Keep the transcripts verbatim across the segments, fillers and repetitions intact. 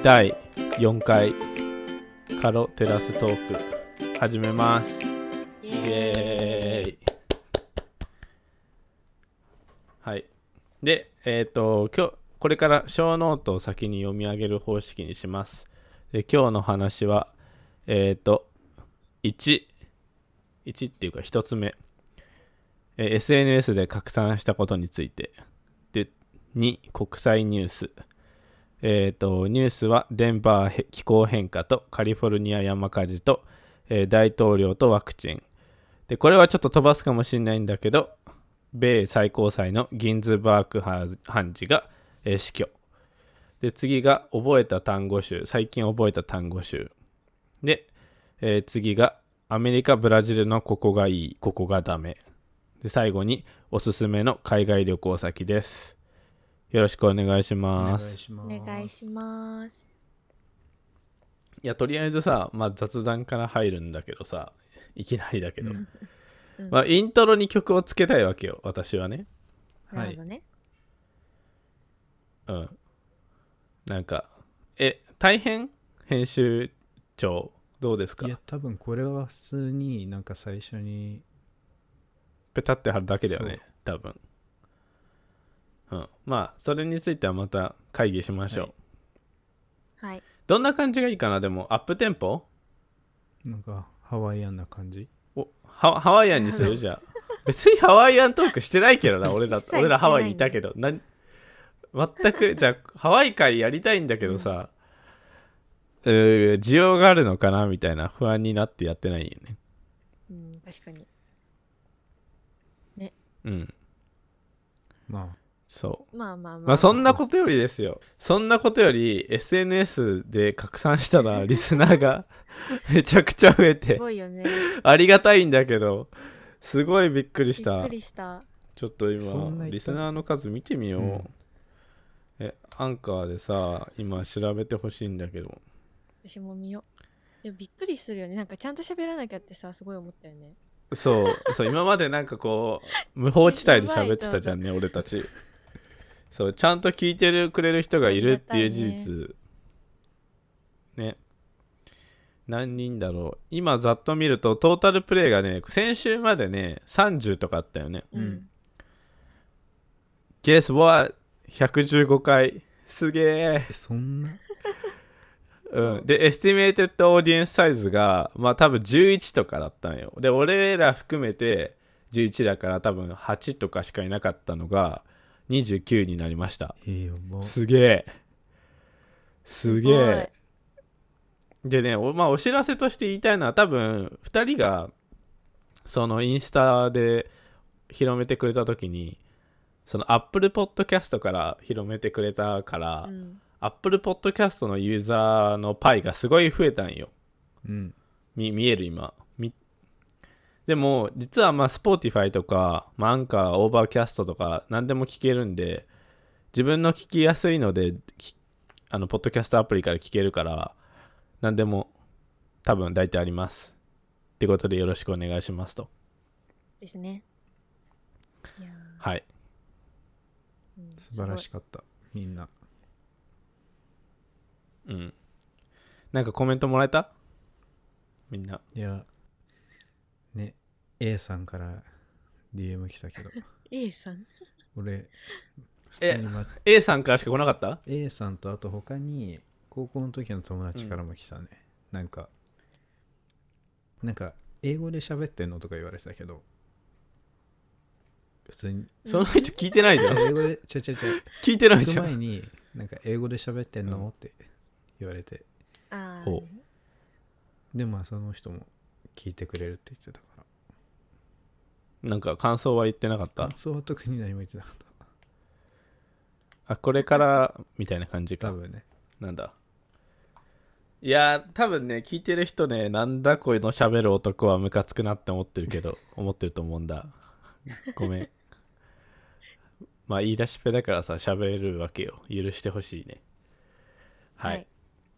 だいよんかいカロテラストーク始めます。イエーイ。はい。で、えっと今日これから小ノートを先に読み上げる方式にします。で、今日の話はえっといち、いちっていうかひとつめ、えー エスエヌエス で拡散したことについて。で、に、国際ニュース。えっと、ニュースはデンバー気候変化とカリフォルニア山火事と、えー大統領とワクチン。で、これはちょっと飛ばすかもしれないんだけど、米最高裁のギンズバーグ判事が、えー死去。で、次が覚えた単語集。最近覚えた単語集。で、えー次がアメリカ、ブラジルのここがいい、ここがダメ。で、最後におすすめの海外旅行先です。よろしくお願いします。 お願いします。 いや、とりあえずさ、まあ、雑談から入るんだけどさ、いきなりだけど、 うんまあ、イントロに曲をつけたいわけよ、私はね。 なるほどね。 うん。なんか、え、大変編集長、どうですか？ いや多分これは普通になんか最初にペタって貼るだけだよね、多分。うん。まあ、それについてはまた会議しましょう。 はい。 どんな感じがいいかな？でも、アップテンポ？ なんかハワイアンな感じ。 おハハワイアンにするじゃあ。別にハワイアントークしてないけどな、俺ら一切してない俺らハワイにいたけど、な全く、じゃあ、ハワイ会やりたいんだけどさ、うー需要があるのかなみたいな不安になってやってないよね。 うん、確かに。 うん。 まあそう。 まあまあまあ。 まあそんなことよりですよ。そんなことより エスエヌエス で拡散したらリスナーがめちゃくちゃ増えすてごいよね。 ありがたいんだけど、すごいびっくりしびっくた。 りした。 ちょっとそんな今いっぱいリスナーの数見てみよう。 うんえ、アンカーでさ、今調べてほしいんだけど。 私も見よう。いや、びっくりするよね。なんかちゃんと喋らなきゃってさ、すごい思ったよね。 そうそう、今までなんかこう無法地帯で喋ってたじゃんね、俺たち。そう、ちゃんと聞いてるくれる人がいるっていう事実ね。何人だろう。今ざっと見るとトータルプレイがね、先週までねさんじゅうとかあったよね。 うん。 Guess what？ ひゃくじゅうごかい。すげえ。 えそんなうん、でエスティメイテッドオーディエンスサイズがまあ多分じゅういちとかだったんよ。で俺ら含めてじゅういちだから多分はちとかしかいなかったのがにじゅうきゅうになりました。 えー、やばすげえすげすえ。でね、お,、まあ、お知らせとして言いたいのは多分ふたりがそのインスタで広めてくれた時にその Apple Podcast から広めてくれたから、 うん、 Apple Podcast のユーザーのパイがすごい増えたんよ。 うんみ見える今みでも実はまあ Spotify とか、まあ、アンカー、オーバーキャストとか何でも聞けるんで、自分の聞きやすいのできあのポッドキャストアプリから聞けるから何でも多分大体ありますってことでよろしくお願いしますと。 ですね。いやはい、 ー、うん、 素晴らしかったみんな。 うん。なんかコメントもらえた？みんな。 いやね A さんから ディーエム 来たけどすごい。A さん。 俺普通に、ま、 A さんからしか来なかった？ A さんとあと他に高校の時の友達からも来たね、うん、なんかなんか英語で喋ってんのとか言われてたけど普通にその人聞いてないじゃん。 英語でちゃちゃちゃ聞いてない聞くじゃん。 前になんか英語で喋ってんの、 うんって言われて、 あほでまあその人も聞いてくれるって言ってたからなんか感想は言ってなかった？ 感想は特に何も言ってなかった。 あ、これからみたいな感じか。 多分ね。 なんだ。いやー多分ね聞いてる人ね、なんだこの喋る男はムカつくなって思ってるけど思ってると思うんだ。ごめん。まあ言い出しっぺだからさ喋るわけよ。許してほしいね。はい、 はい。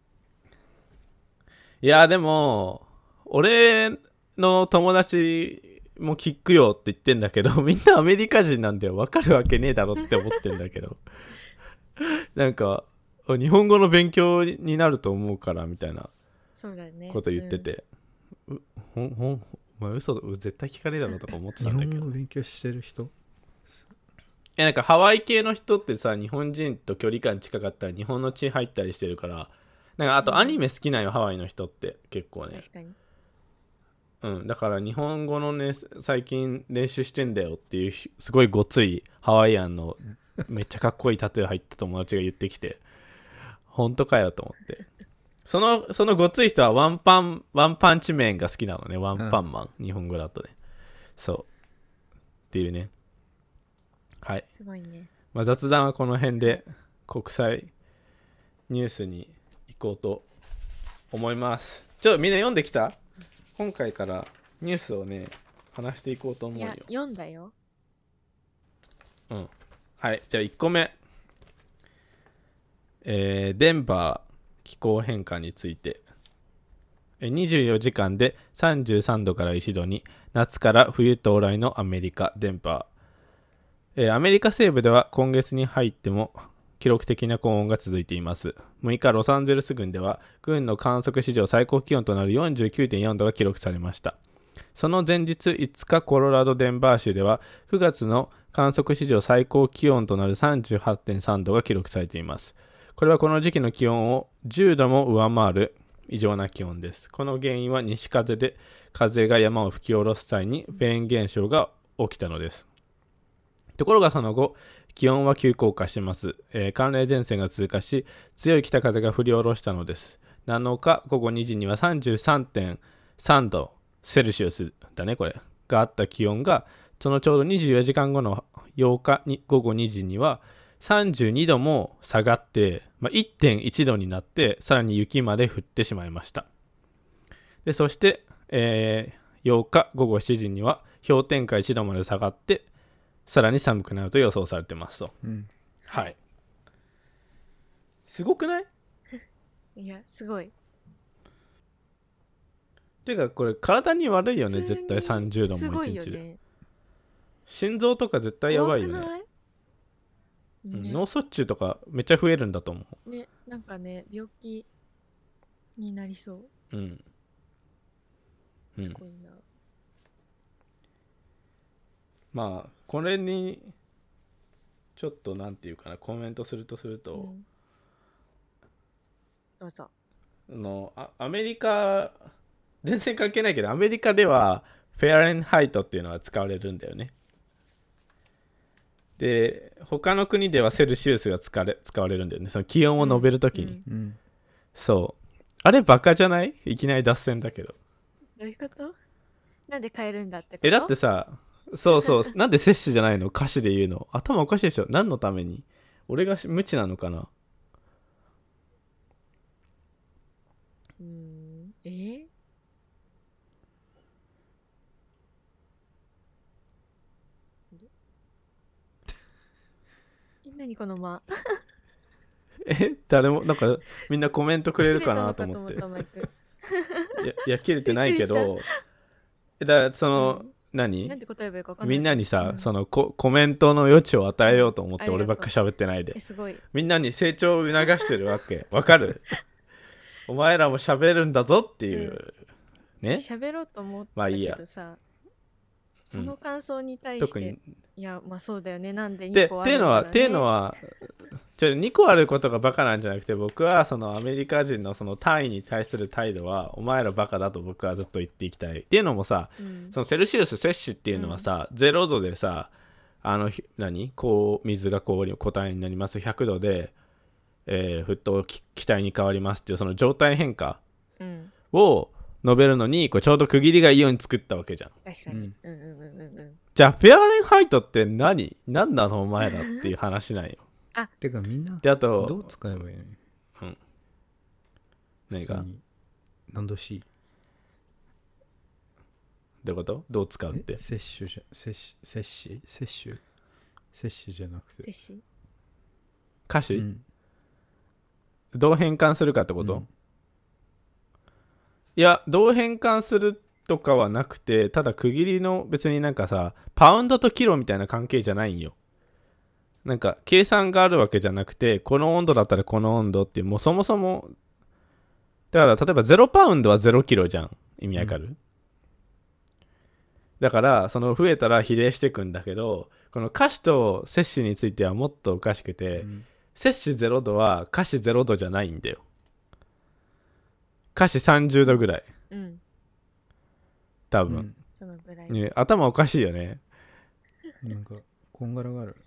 いやーでも俺の友達も聞くよって言ってんだけど、みんなアメリカ人なんだよ。わかるわけねえだろって思ってんだけどなんか日本語の勉強になると思うからみたいなそうだね。 こと言ってて、うほんほんお前嘘絶対聞かれるだろうとか思って日たんだけど、 本語勉強してる人えなんかハワイ系の人ってさ、日本人と距離感近かったら日本の血入ったりしてるから、なんかあとアニメ好きなんよ、ハワイの人って結構うん、 ね。 確かに。 うん、だから日本語のね最近練習してんだよっていうすごいごついハワイアンのめっちゃかっこいいタトゥー入った友達が言ってきて、本当かよと思って。そのそのごつい人はワンパンワンパンチメンが好きなのね。ワンパンマン、うん、日本語だとね。そうっていうね。はい。 すごいね。 まあ、雑談はこの辺で国際ニュースに行こうと思います。ちょっとみんな読んできた？今回からニュースをね話していこうと思うよ。 いや、読んだよ。 うん。はい。じゃあいっこめ。えー、デンバー気候変化について。にじゅうよじかんでさんじゅうさんどからいちどに、夏から冬到来のアメリカ・デンバー。えー、アメリカ西部では今月に入っても記録的な高温が続いています。むいかロサンゼルス郡では郡の観測史上最高気温となる よんじゅうきゅうてんよんどが記録されました。その前日いつかコロラドデンバー州ではくがつの観測史上最高気温となる さんじゅうはちてんさんどが記録されています。これはこの時期の気温をじゅうども上回る異常な気温です。この原因は西風で風が山を吹き下ろす際にフェーン現象が起きたのです。ところがその後、気温は急降下します。えー、寒冷前線が通過し、強い北風が振り下ろしたのです。なのか、ごごにじには さんじゅうさんてんさんどセルシウスだね、これ。があった気温が、そのちょうどにじゅうよじかんごのようかにごごにじにはさんじゅうにども下がって、まあ、いってんいちどになって、さらに雪まで降ってしまいました。でそして、えー、ようかごごしちじには氷点下いちどまで下がって、さらに寒くなると予想されてますと、 うん、 はい。すごくない？ いや、すごい。 てかこれ体に悪いよね、 普通に絶対さんじゅうどもすごいちにちで、 いよね。 心臓とか絶対やばいよね。 怖くない？ うんね、 脳卒中とかめっちゃ増えるんだと思ね、なんかね、病気になりそう。 う。うん。うんすごいな。 まあこれにちょっとなんていうかな、コメントするとすると、 うん、どうぞ。 のあアメリカ全然関係ないけど、アメリカではフェアレンハイトっていうのが使われるんだよね。で他の国ではセルシウスが使われ使われるんだよね、その気温を述べるときに、 うんうん、 そうあれバカじゃない？いきなり脱線だけど。 どういうこと？なんで変えるんだってこと？ えだってさ、そうそうなんで摂氏じゃないの？歌詞で言うの頭おかしいでしょ。何のために？俺が無知なのかな。 うーん、えー、何この間。 え誰もなんかみんなコメントくれるかなと思って。 切れたのかと思ったマイク。 いやいや切れてないけど、えだからその、 うん何なんて答えばいいか分かんない。 みんなにさ、 うん、 そのココメントの余地を与えようと思ってありがとう俺ばっか喋ってないでえ、すごい。 みんなに成長を促してるわけ。わかる？お前らも喋るんだぞっていう、うん、ね。 喋ろうと思ったまあいいやけどさ、その感想に対して、 特にいやまあそうだよね、なんででにこあっていうのは、 るんだろうね。 っていうのはちょにこあることがバカなんじゃなくて、僕はそのアメリカ人のその単位に対する態度はお前らバカだと僕はずっと言っていきたいっていうのもさ、 うん、 そのセルシウス摂氏っていうのはさ、うん、ゼロどでさ、あの何こう水が氷固体になります。ひゃくどで、えー、沸騰気体に変わりますっていうその状態変化を述べるのに、これちょうど区切りがいいように作ったわけじゃん。 確かに、うん、うんうんうんうんじゃあフェアレンハイトって何何なのお前らっていう話なんよ。 あてかみんなであとどう使えばいいの？ うん。何が？ 何度 C？ どういうこと？どう使うって？ 摂取じゃ摂取摂取摂取摂取じゃなくて摂取歌詞、 うん、 どう変換するかってこと？うん、いやどう変換するとかはなくて、ただ区切りの別になんかさパウンドとキロみたいな関係じゃないんよ。 なんか計算があるわけじゃなくて、この温度だったらこの温度っていう、もうそもそもだから例えばゼロパウンドはゼロキロじゃん。意味わかる、うん、だからその増えたら比例していくんだけど、この華氏と摂氏についてはもっとおかしくて、うん、摂氏ゼロ度は華氏ゼロ度じゃないんだよ。華氏さんじゅうどぐらい、うん、多分、うん、 そのぐらい、 ね、頭おかしいよね。 なんかこんがらがる。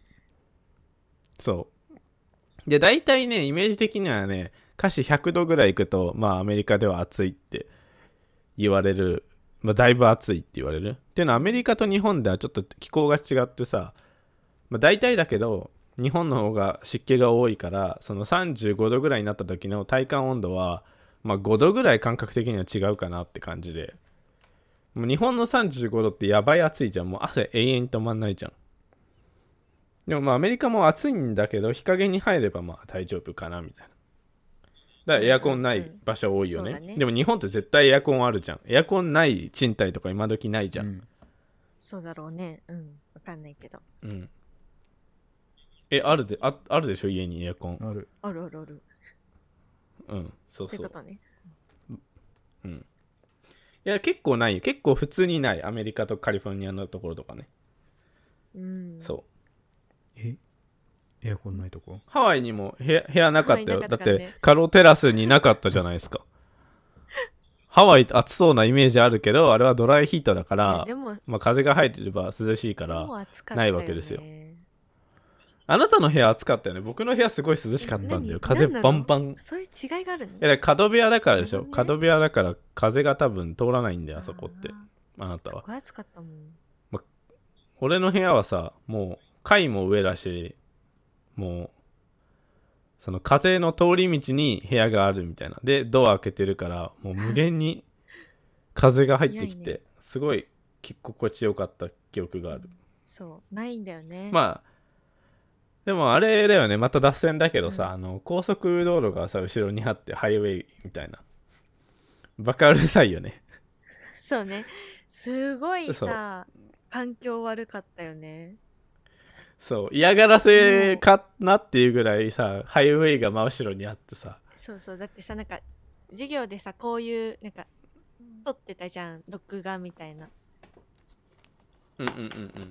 そうで、大体ねイメージ的にはね、華氏ひゃくどぐらいいくと、まあアメリカでは暑いって言われる、まあ、だいぶ暑いって言われるっていうのは、アメリカと日本ではちょっと気候が違ってさ、まあ、大体だけど日本の方が湿気が多いから、そのさんじゅうごどぐらいになった時の体感温度は、まあ、ごどぐらい感覚的には違うかなって感じで、もう日本のさんじゅうごどってやばい暑いじゃん。もう汗永遠に止まんないじゃん。でもまあアメリカも暑いんだけど、日陰に入ればまあ大丈夫かなみたいな。だからエアコンない場所多いよね。うんうんね、でも日本って絶対エアコンあるじゃん。エアコンない賃貸とか今時ないじゃん。うん、 そうだろうね。うん。わかんないけど。 うん。え、あるで、あ、あるでしょ家にエアコン。 ある。 あるあるある。 うん、そうそう。 そういうことね。 うん。いや、結構ないよ。結構普通にない。アメリカとカリフォルニアのところとかね。 うん。 そう。 えエアコンないとこ？ ハワイにも部屋、部屋なかったよ。 なかったね、 だってカロテラスになかったじゃないですか。ハワイ暑そうなイメージあるけど、あれはドライヒートだから、まあ、風が入ってれば涼しいからないわけですよ。あなたの部屋暑かったよね。僕の部屋すごい涼しかったんだよ。風バンバン。 そういう違いがあるの？ いや、角部屋だからでしょ、ね、角部屋だから風が多分通らないんだよ、あそこって。あなたは。 すごい暑かったもん、 ま、俺の部屋はさ、もう階も上だし、もうその風の通り道に部屋があるみたいな。でドア開けてるからもう無限に風が入ってきて、ね、すごい心地よかった記憶がある。 そうないんだよね。 まあでもあれだよね、また脱線だけどさ、うん、あの高速道路がさ後ろにあってハイウェイみたいな、バカうるさいよね。 そうね、すごいさ環境悪かったよね。 そう嫌がらせかなっていうぐらいさ、ハイウェイが真後ろにあってさ。 そうそう、だってさ、なんか授業でさこういうなんか撮ってたじゃん、録画みたいな。 うんうんうんうん、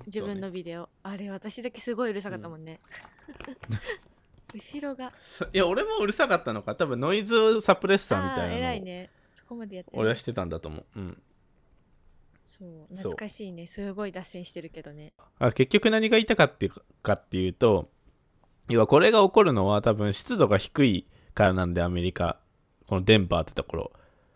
自分のビデオ、ね、あれ私だけすごいうるさかったもんね、うん、後ろが。 いや俺もうるさかったのか、多分ノイズサプレッサーみたいなのを偉いね、そこまでやってる。 俺はしてたんだと思う。うん、 そう懐かしいね。すごい脱線してるけどね。 あ結局何が言いたかっていうかっていうと、要はこれが起こるのは多分湿度が低いからなんで、アメリカこのデンバーってところ、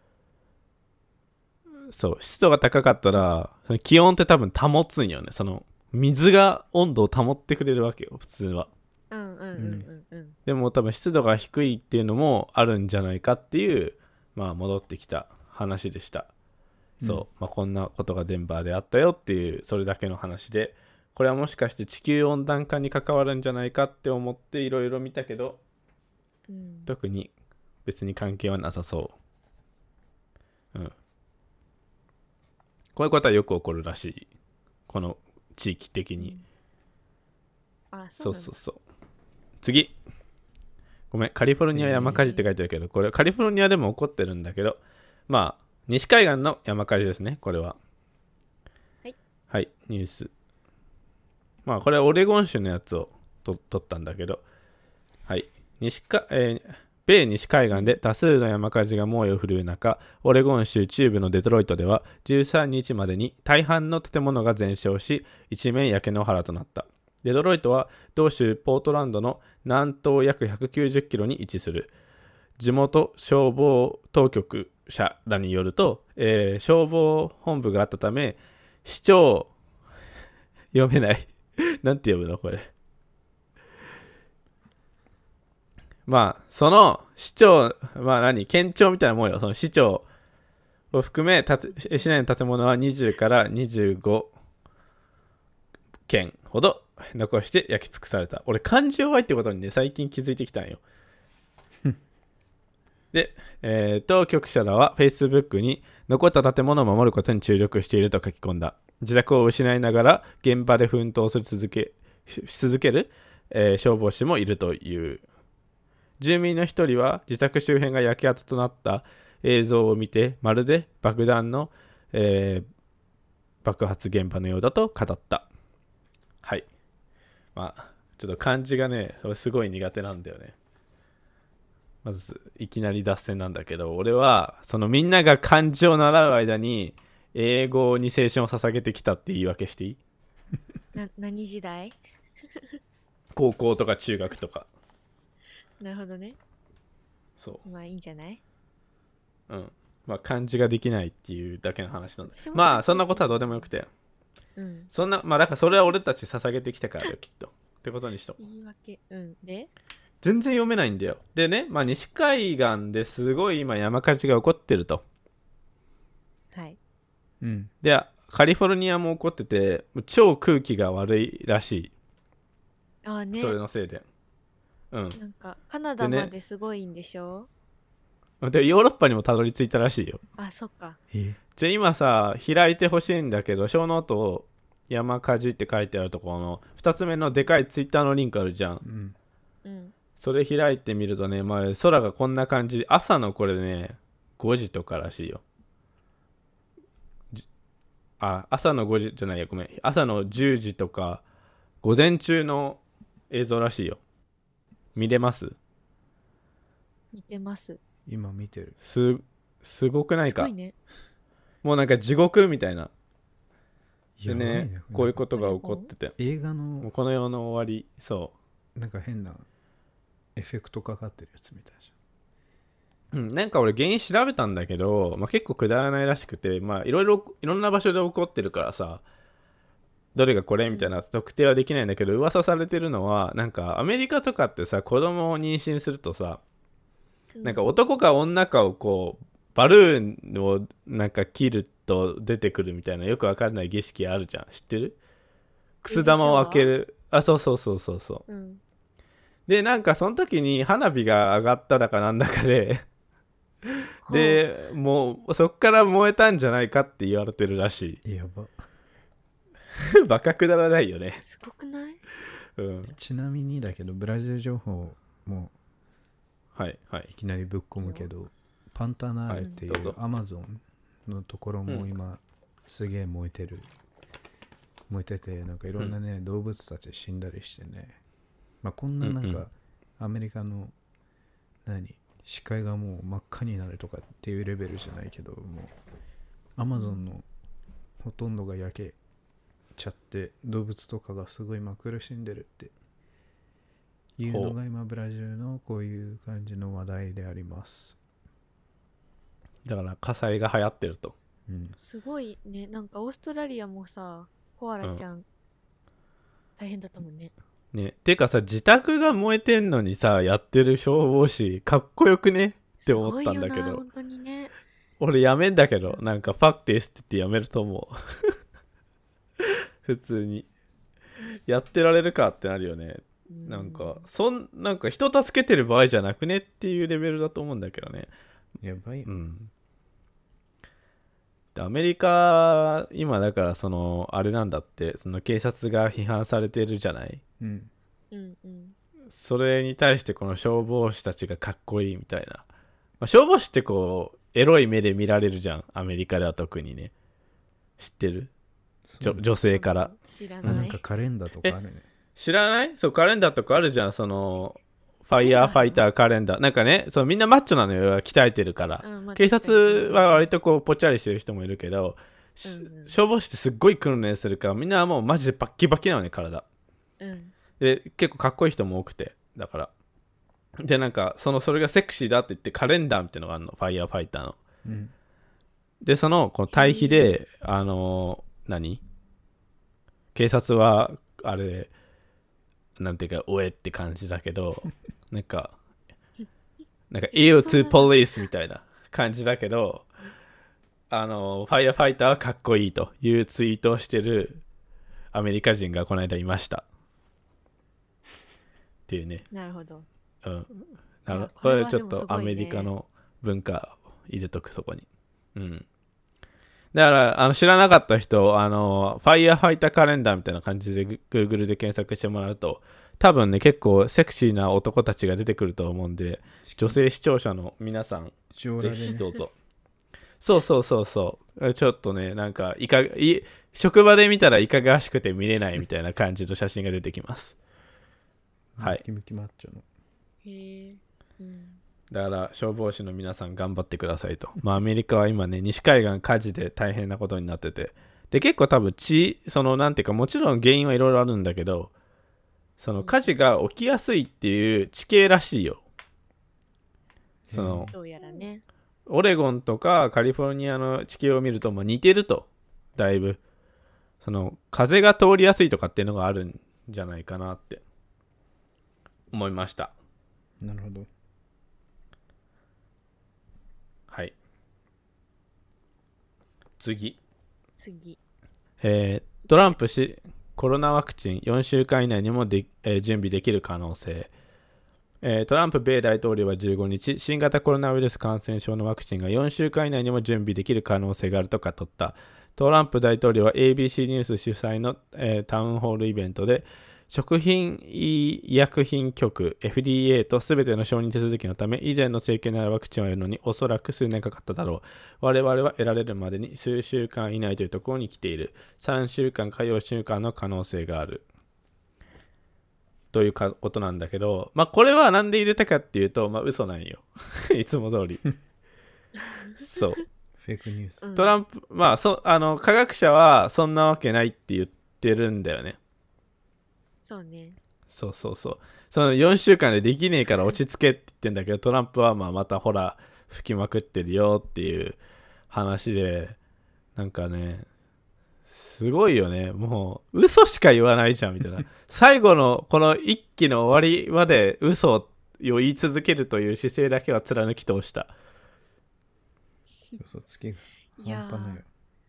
そう湿度が高かったらその気温って多分保つんよね。その水が温度を保ってくれるわけよ普通は。 うんうんうんうんうん。 でも多分湿度が低いっていうのもあるんじゃないかっていう、まあ戻ってきた話でした。そう、うん、まあ、こんなことがデンバーであったよっていう、それだけの話で、これはもしかして地球温暖化に関わるんじゃないかって思っていろいろ見たけど、うん、特に別に関係はなさそう。うん。こういうことはよく起こるらしい。この地域的に。 うん、あ、 そうそうそう。次。ごめん、カリフォルニア山火事って書いてあるけど、これカリフォルニアでも起こってるんだけど、まあ、西海岸の山火事ですね、これは。 はい。 はい、ニュース。まあ、これはオレゴン州のやつをと撮ったんだけど、はい。西か、えー、米西海岸で多数の山火事が猛威を振るう中、オレゴン州中部のデトロイトではじゅうさんにちまでに大半の建物が全焼し、一面焼け野原となった。デトロイトは同州ポートランドの南東約ひゃくきゅうじゅっキロに位置する。地元消防当局者らによると、えー、消防本部があったため、市長読めないなんて読むのこれ。まあその市長、まあ何県庁みたいなもんよ。その市長を含めたて市内の建物はにじゅうからにじゅうごけんほど残して焼き尽くされた。俺漢字弱いってことにね最近気づいてきたんよ。で、えー、当局者らは Facebook に残った建物を守ることに注力していると書き込んだ。自宅を失いながら現場で奮闘する続けし続ける、 えー消防士もいるという。住民の一人は自宅周辺が焼け跡となった映像を見て、まるで爆弾の、えー爆発現場のようだと語った。はい。まあ、ちょっと漢字がね、それすごい苦手なんだよね。まず、いきなり脱線なんだけど、俺は、そのみんなが漢字を習う間に、英語に青春を捧げてきたって言い訳していい？ な何時代？ 高校とか中学とか。 なるほどね。 そまあいいんじゃない？ う。うん。まあ、漢字ができないっていうだけの話なんだ私。もまあ、そんなことはどうでもよくて。 うん。 そんな、まあ、だからそれは俺たち捧げてきたからよ、きっと。ってことにしと。 言い訳。うん。で全然読めないんだよ。でね、まあ、西海岸ですごい今山火事が起こってると。 はい。 うん。 で、カリフォルニアも起こってて、超空気が悪いらしああい。 ね。 それのせいで。うん。 なんかカナダでねまですごいんでしょ？ で、ヨーロッパにもたどり着いたらしいよ。 あ、そっか。 えじゃあ今さ、開いてほしいんだけど、小ノートを山火事って書いてあるところのふたつめのでかいツイッターのリンクあるじゃん。 うん。 うん。 それ開いてみるとね、まあ、空がこんな感じ。朝のこれね、ごじとからしいよ。じあ、朝のごじじゃないや、ごめん。朝のじゅうじとか、午前中の映像らしいよ。見れます？ 見てます。 今見てる。 す、すごくないか？ すごいね。 もうなんか地獄みたいな。でやばいね、こういうことが起こってて。 映画もうのこの世の終わり、そなんか変なエフェクトかかってるやつみたいじう。うん、なんか俺原因調べたんだけど、まあ、結構くだらないらしくて、まあいろいろ、いろんな場所で起こってるからさ、どれがこれみたいな特定はできないんだけど、噂されてるのは、なんかアメリカとかってさ、子供を妊娠するとさ、なんか男か女かをこう、バルーンをなんか切ると出てくるみたいなよくわかんない儀式あるじゃん。知ってる？くす玉を開ける。あ、そうそうそうそうそう。 うん。 で、なんかその時に花火が上がっただかなんだかで、で、もうそっから燃えたんじゃないかって言われてるらしゃん。やば。 い。バカくだらないよね。 すごくない？ うん。 ちなみにだけど、ブラジル情報もはいはいい。きなりぶっ込むけど、パンタナールっていはいどうぞうアマゾンのところも今すげえ燃えてる。燃えてて、なんかいろんなね、動物たち死んだりしてね。まあこんななんうんうんかアメリカの何視界がもう真っ赤になるとかっていうレベルじゃないけど、もうアマゾンのほとんどが焼けちゃって動物とかがすごい今苦しんでるっていうのが今ブラジルのこういう感じの話題であります。 だから火災が流行ってると。 うん、 すごいね。なんかオーストラリアもさ、コアラちゃん、大変だったもんね。 ね。てかさ、自宅が燃えてんのにさ、やってる消防士、かっこよくねって思ったんだけどすごいよな、本当にね。 俺やめんだけど、なんかファクですって言ってやめると思う。普通に。やってられるかってなるよね。なんか、そん、なんか人助けてる場合じゃなくねっていうレベルだと思うんだけどね。 やばいよう。ん。でアメリカ、今だからその、あれなんだって、その警察が批判されてるじゃない？ うん。 うんうん。 それに対してこの消防士たちがかっこいいみたいな。まあ、消防士ってこう、エロい目で見られるじゃん。アメリカでは特にね。知ってる？じょ女性から。 知らあ、 ない。 なんかカレンダーとかあるね。 知らない？そう、カレンダーとかあるじゃん。その、ファイヤーファイターカレンダー。なんかね、そうみんなマッチョなのよ。鍛えてるから。 うんまあ警察は割とこう、ぽっちゃりしてる人もいるけど、しうんうん消防士ってすっごい訓練するから、みんなもうマジでバッキバキなのね、体。 うん。 で、結構かっこいい人も多くて。だから。で、なんか、その、それがセクシーだって言ってカレンダーみたいなのがあるの。ファイヤーファイターの。 うん。 で、その、この対比で、あのー何警察は、あれ、なんていうか、おえって感じだけど、なんか、なんか、ew to police みたいな感じだけど、あのーファイヤーファイターはかっこいいというツイートをしてるアメリカ人がこの間いました。っていうね。 なるほど。 うん。なるいやここれはれちょっとでもすごいねアメリカの文化を入れとくそこに。うん。だからあの知らなかった人、あのファイヤーファイターカレンダーみたいな感じでグ Google で検索してもらうと多分ね結構セクシーな男たちが出てくると思うんで、女性視聴者の皆さんぜ上裸でねひどうぞ。そうそうそうそう。ちょっとねなんかいかい職場で見たらいかがわしくて見れないみたいな感じの写真が出てきます。はいムキムキマッチョのへえ、うん、 だから消防士の皆さん頑張ってくださいと。まあアメリカは今ね西海岸火事で大変なことになってて、で結構多分地そのなんていうかもちろん原因はいろいろあるんだけど、その火事が起きやすいっていう地形らしいよ。そのどうやらね。 オレゴンとかカリフォルニアの地形を見るとまあ似てると、だいぶその風が通りやすいとかっていうのがあるんじゃないかなって思いました。 なるほど。 はい。次。 次。 えートランプ氏、コロナワクチンよんしゅうかん以内にもで、えー準備できる可能性。えートランプ米大統領はじゅうごにち、新型コロナウイルス感染症のワクチンがよんしゅうかん以内にも準備できる可能性があると語った。トランプ大統領は エービーシー ニュース主催の、えータウンホールイベントで、食品医薬品局 エフディーエー とすべての承認手続きのため、以前の政権ならワクチンを得るのにおそらく数年かかっただろう。我々は得られるまでに数週間以内というところに来ている。さんしゅうかんかよんしゅうかんの可能性がある。というかことなんだけど、まあこれはなんで入れたかっていうと、まあ嘘なんよ。いつも通り。そう。 フェイクニュース。 うんトランプ、まあそ、あの、科学者はそんなわけないって言ってるんだよね。 そうね。 そうそうそう。そのよんしゅうかんでできねえから落ち着けって言ってんだけど、トランプはまあまたほら、吹きまくってるよっていう話で、なんかね、すごいよね。もう、嘘しか言わないじゃんみたいな。最後のこの一期の終わりまで嘘を言い続けるという姿勢だけは貫き通した。 嘘つきがいや半端ないよ。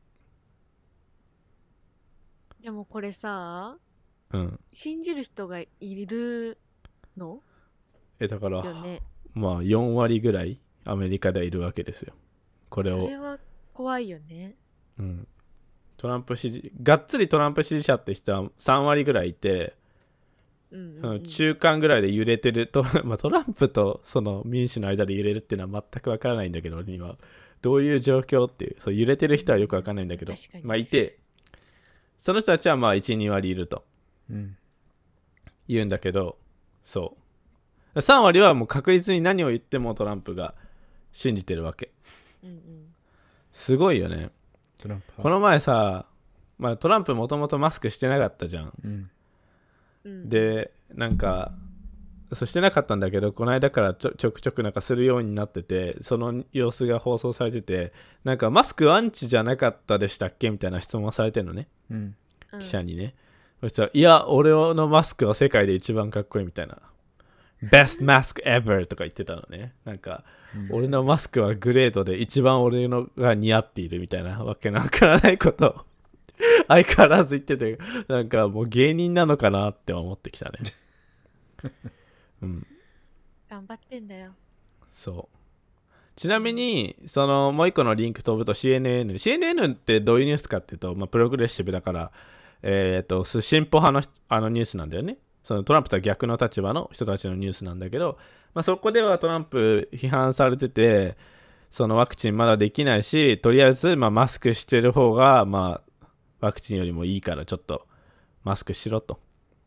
ーでもこれさ、 うん。 信じる人がいるのえ、だから、 よね。 まあよんわりぐらいアメリカでいるわけですよ。これを。 それは怖いよね。 うん。トランプ支持、がっつりトランプ支持者って人はさんわりぐらいいて、 うんうん、 そのうん。 中間ぐらいで揺れてると、まあ、トランプとその民主の間で揺れるっていうのは全くわからないんだけど、俺にはどういう状況っていう、そう揺れてる人はよくわかんないんだけど、 確かにまあいて、その人たちはまあいち、にわりいるとうん。 言うんだけど、そうさんわりはもう確実に何を言ってもトランプが信じてるわけ。 うんうん。 すごいよね。 トランプ。 この前さ、まあ、トランプもともとマスクしてなかったじゃん。 うん。 うん、 でなんかそうしてなかったんだけど、この間からちょちょくちょくなんかするようになってて、その様子が放送されてて、なんかマスクアンチじゃなかったでしたっけみたいな質問をされてるのね、 うん。 うん、 記者にね。そしたら、いや俺のマスクは世界で一番かっこいいみたいな、 Best mask ever とか言ってたのね。なんか俺のマスクはグレードで一番俺のが似合っているみたいなわけのわからないことを相変わらず言ってて、なんかもう芸人なのかなって思ってきたね。うん、 頑張ってんだよ。 そうちなみにそのもう一個のリンク飛ぶと シーエヌエヌ シーエヌエヌ ってどういうニュースかっていうと、まあ、プログレッシブだからえっ、ー、と進歩派のあのニュースなんだよね。そのトランプとは逆の立場の人たちのニュースなんだけど、まあ、そこではトランプ批判されてて、そのワクチンまだできないし、とりあえずまあマスクしてる方がまあワクチンよりもいいからちょっとマスクしろと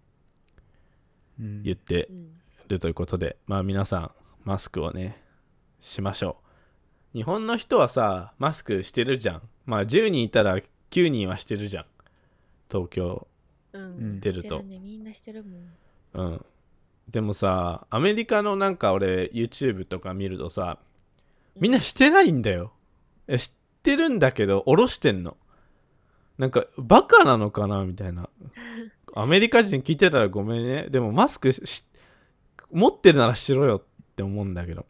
うん。 言ってうん。 るということで、まあ皆さんマスクをねしましょう。日本の人はさマスクしてるじゃん。まあじゅうにんいたらきゅうにんはしてるじゃん、東京。 うん。 出るとしてるね。みんなしてるもん。 うんでもさアメリカのなんか俺 YouTube とか見るとさ、みんなしてないんだよ。え知ってるんだけど下ろしてんの。なんかバカなのかなみたいな。アメリカ人聞いてたらごめんね。でもマスクし持ってるならしろよって思うんだけど。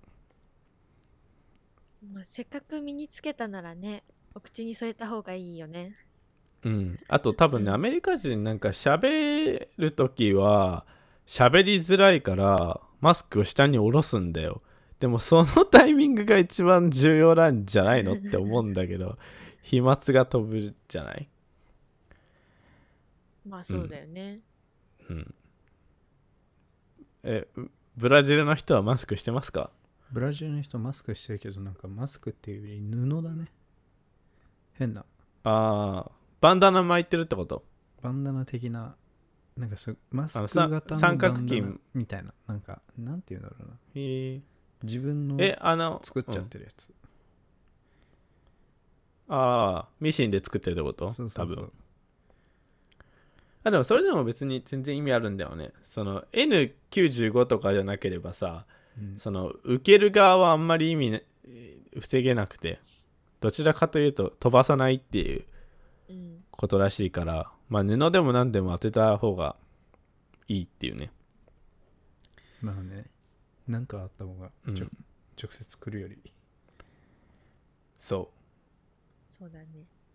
まあ、せっかく身につけたならね、お口に添えた方がいいよね。 うんあと多分ね、 うんアメリカ人なんか喋るときは喋りづらいからマスクを下に下ろすんだよ。でもそのタイミングが一番重要なんじゃないのって思うんだけど、飛沫が飛ぶじゃない。 まあそうだよね。 うんえブラジルの人はマスクしてますか？ ブラジルの人マスクしてるけど、なんかマスクっていうより布だね。変なああ、バンダナ巻いてるってこと？ バンダナ的な、なんかすマスクあのさ型の三角バンダナ巾みたいな、なんかなんていうんだろうな、 へー自分のえ、あの、 作っちゃっうんてるやつ、 ああ、ミシンで作ってるってこと？ そうそうそう多分。あ、でもそれでも別に全然意味あるんだよね。その エヌきゅうじゅうご とかじゃなければさ、 うんその受ける側はあんまり意味ね防げなくて、どちらかというと飛ばさないっていううんことらしいから、まあ布でも何でも当てた方がいいっていうね。 まあね、なんかあった方が、 うんちょ直接来るより。 そそうだね。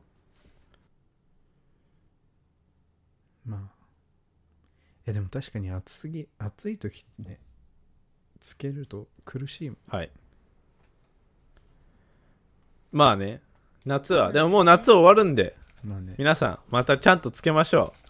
まあいやでも確かに暑すぎ暑い時ってね、つけると苦しいもん。 う。はい。まあね、夏は、でももう夏終わるんで、 まあね、 皆さんまたちゃんとつけましょ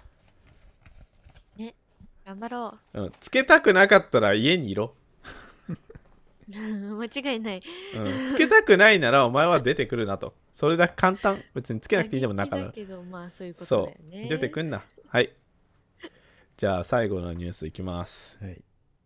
頑張ろう。うん、つけたくなかったら家にいろ。 う。間違いない。 うん、つけたくないならお前は出てくるなと。それだけ簡単。別につけなくていいでもなかだら。 けど、まあそういうことそだよね。 う。出てくんな。はい。じゃあ最後のニュースいきます。 はい。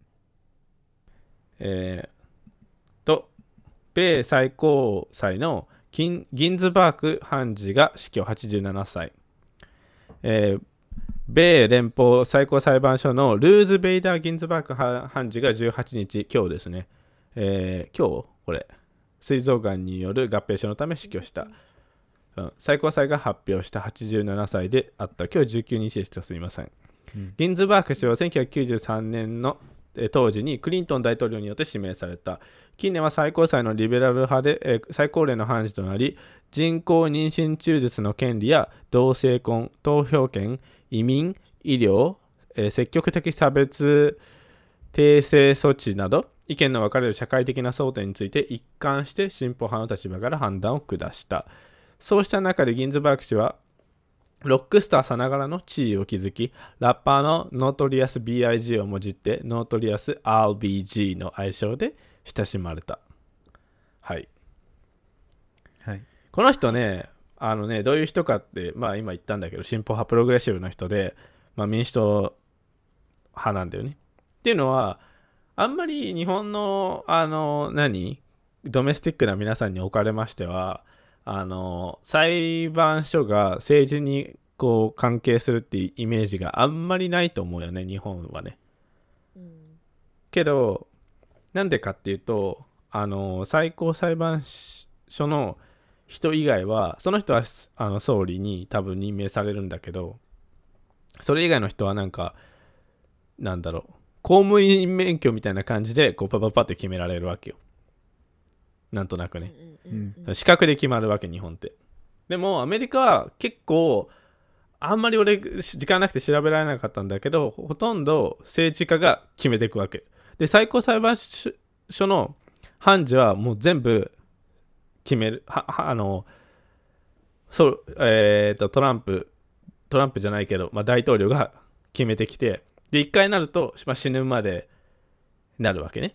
えー、と、米最高裁のギンギンズバーグ判事が死去はちじゅうななさい。えー米連邦最高裁判所のルーズ・ベイダー・ギンズバーグ判事がじゅうはちにち、今日ですね、えー今日これ、膵臓がんによる合併症のため死去した。うん、最高裁が発表したはちじゅうななさいであった。今日じゅうくにちでした。すみません。 うん、 ギンズバーグ氏はせんきゅうひゃくきゅうじゅうさんねんのえ当時にクリントン大統領によって指名された。近年は最高裁のリベラル派で、えー最高齢の判事となり、人工妊娠中絶の権利や同性婚、投票権、移民、医療、えー積極的差別訂正措置など意見の分かれる社会的な争点について一貫して進歩派の立場から判断を下した。そうした中でギンズバーグ氏はロックスターさながらの地位を築き、ラッパーのノートリアス ビーアイジー をもじってノートリアス アールビージー の愛称で親しまれた。はい。 はい。 この人ね、あのね、どういう人かって、まあ今言ったんだけど、進歩派プログレッシブな人で、まあ民主党派なんだよね。っていうのは、あんまり日本の、あの、何ドメスティックな皆さんにおかれましては、あの、裁判所が政治にこう関係するっていうイメージがあんまりないと思うよね、日本はね。 うんけど、なんでかっていうと、あの、最高裁判所の人以外は、その人はあの総理に多分任命されるんだけど、それ以外の人はなんか、なんだろう、公務員免許みたいな感じで、こうパパパって決められるわけよ。なんとなくね。 うんうんうん資格で決まるわけ、日本って。でも、アメリカは結構、あんまり俺、時間なくて調べられなかったんだけど、ほとんど政治家が決めていくわけ。で、最高裁判所の判事はもう全部決める。は、はあの、そう、えっと、トランプ、トランプじゃないけど、まあ、大統領が決めてきて、で、一回なると、まあ、死ぬまでなるわけね。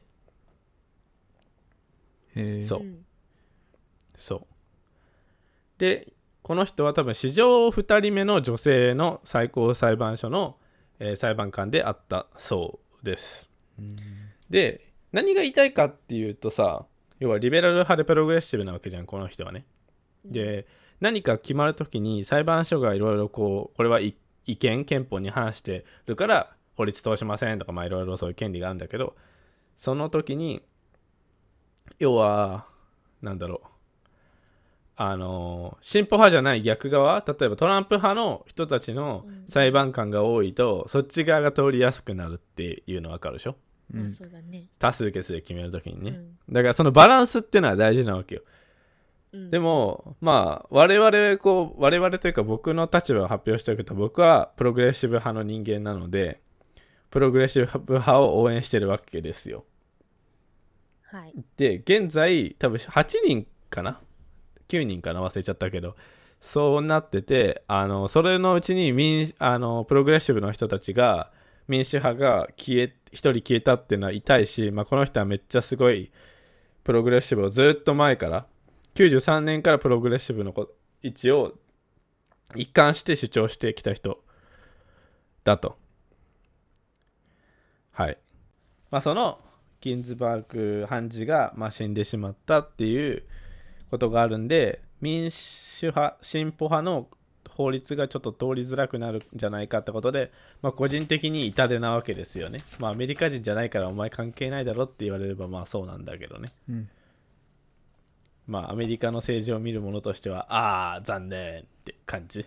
へーそうんそう。で、この人は多分史上ふたりめの女性の最高裁判所の、えー裁判官であったそうです。 うんで、何が言いたいかっていうとさ、要はリベラル派でプログレッシブなわけじゃん、この人はね。で、何か決まるときに裁判所がいろいろこう、これは意見、憲法に反してるから法律通しませんとか、まあいろいろそういう権利があるんだけど、その時に、要は、なんだろう、あの進歩派じゃない逆側、例えばトランプ派の人たちの裁判官が多いと、そっち側が通りやすくなるっていうの分かるでしょ。 まあそうだね。 多数決で決めるときにね、 うんだからそのバランスっていうのは大事なわけよ。 うんでもまあ我々こう我々というか僕の立場を発表しておくと、僕はプログレッシブ派の人間なので、プログレッシブ派を応援してるわけですよ。 はい。 で現在多分はちにんかなきゅうにんかな忘れちゃったけど、そうなってて、あのそれのうちに民あのプログレッシブの人たちが民主派が消え一人消えたっていうのは痛いし、まあ、この人はめっちゃすごいプログレッシブをずっと前からきゅうじゅうさんねんからプログレッシブの位置を一貫して主張してきた人だと。はい。まあそのギンズバーグ判事がまあ死んでしまったっていうことがあるんで、民主派進歩派の法律がちょっと通りづらくなるんじゃないかってことで、まあ、個人的に痛手なわけですよね。まあアメリカ人じゃないからお前関係ないだろって言われればまあそうなんだけどね。 うん、 まあアメリカの政治を見る者としてはああ残念って感じ。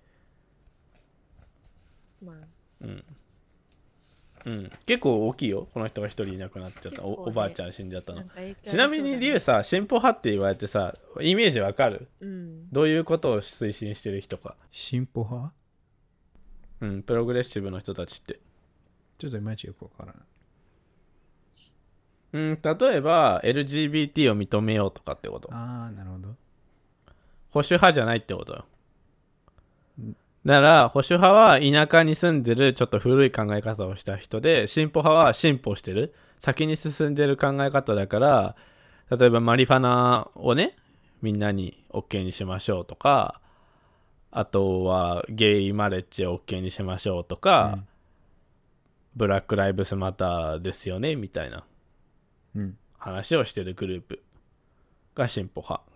まあうんうん、結構大きいよ。この人が一人いなくなっちゃった、 結構ねお、おばあちゃん死んじゃったの。 なんか影響ありちそうだねなみにリュウさ、進歩派って言われてさ、イメージわかる？ うんどういうことを推進してる人か。 進歩派うんプログレッシブの人たちって、 ちょっといまいちよくわからない。 うん例えば エルジービーティー を認めようとかってこと。 ああ、なるほど。 保守派じゃないってことよ。だから保守派は田舎に住んでるちょっと古い考え方をした人で、進歩派は進歩してる先に進んでる考え方だから、例えばマリファナをねみんなに OK にしましょうとか、あとはゲイマレッジを OK にしましょうとか、 うんブラックライブスマターですよねみたいなうん話をしてるグループが進歩派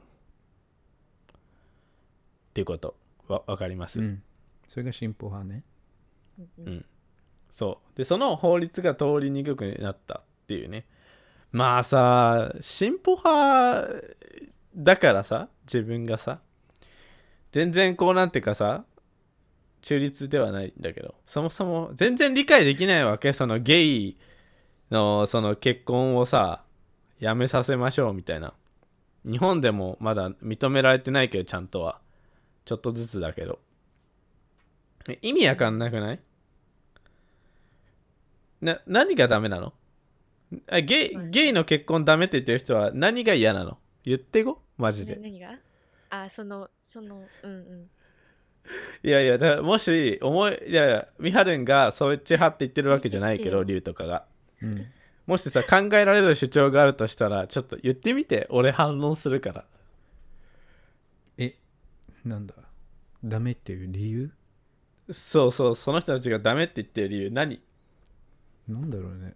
っていうことわ分かります？ うんそれが進歩派ね。 うんうんそうでその法律が通りにくくなったっていうね。まあさ進歩派だからさ、自分がさ全然こうなんていうかさ中立ではないんだけど、そもそも全然理解できないわけ。そのゲイのその結婚をさやめさせましょうみたいな。日本でもまだ認められてないけど、ちゃんとはちょっとずつだけど意味わかんなくない？な何がダメなの？あゲイゲイの結婚ダメって言ってる人は何が嫌なの？言ってごマジで。 な何があそのそのうんうんいやいやだからもし思いいやいやミハルンがそっち派って言ってるわけじゃないけど、 聞いてきてよリュウとかがうんもしさ考えられる主張があるとしたらちょっと言ってみて。俺反論するから。 えなんだダメっていう理由そうそう、その人たちがダメって言ってる理由何？ なんだろうね。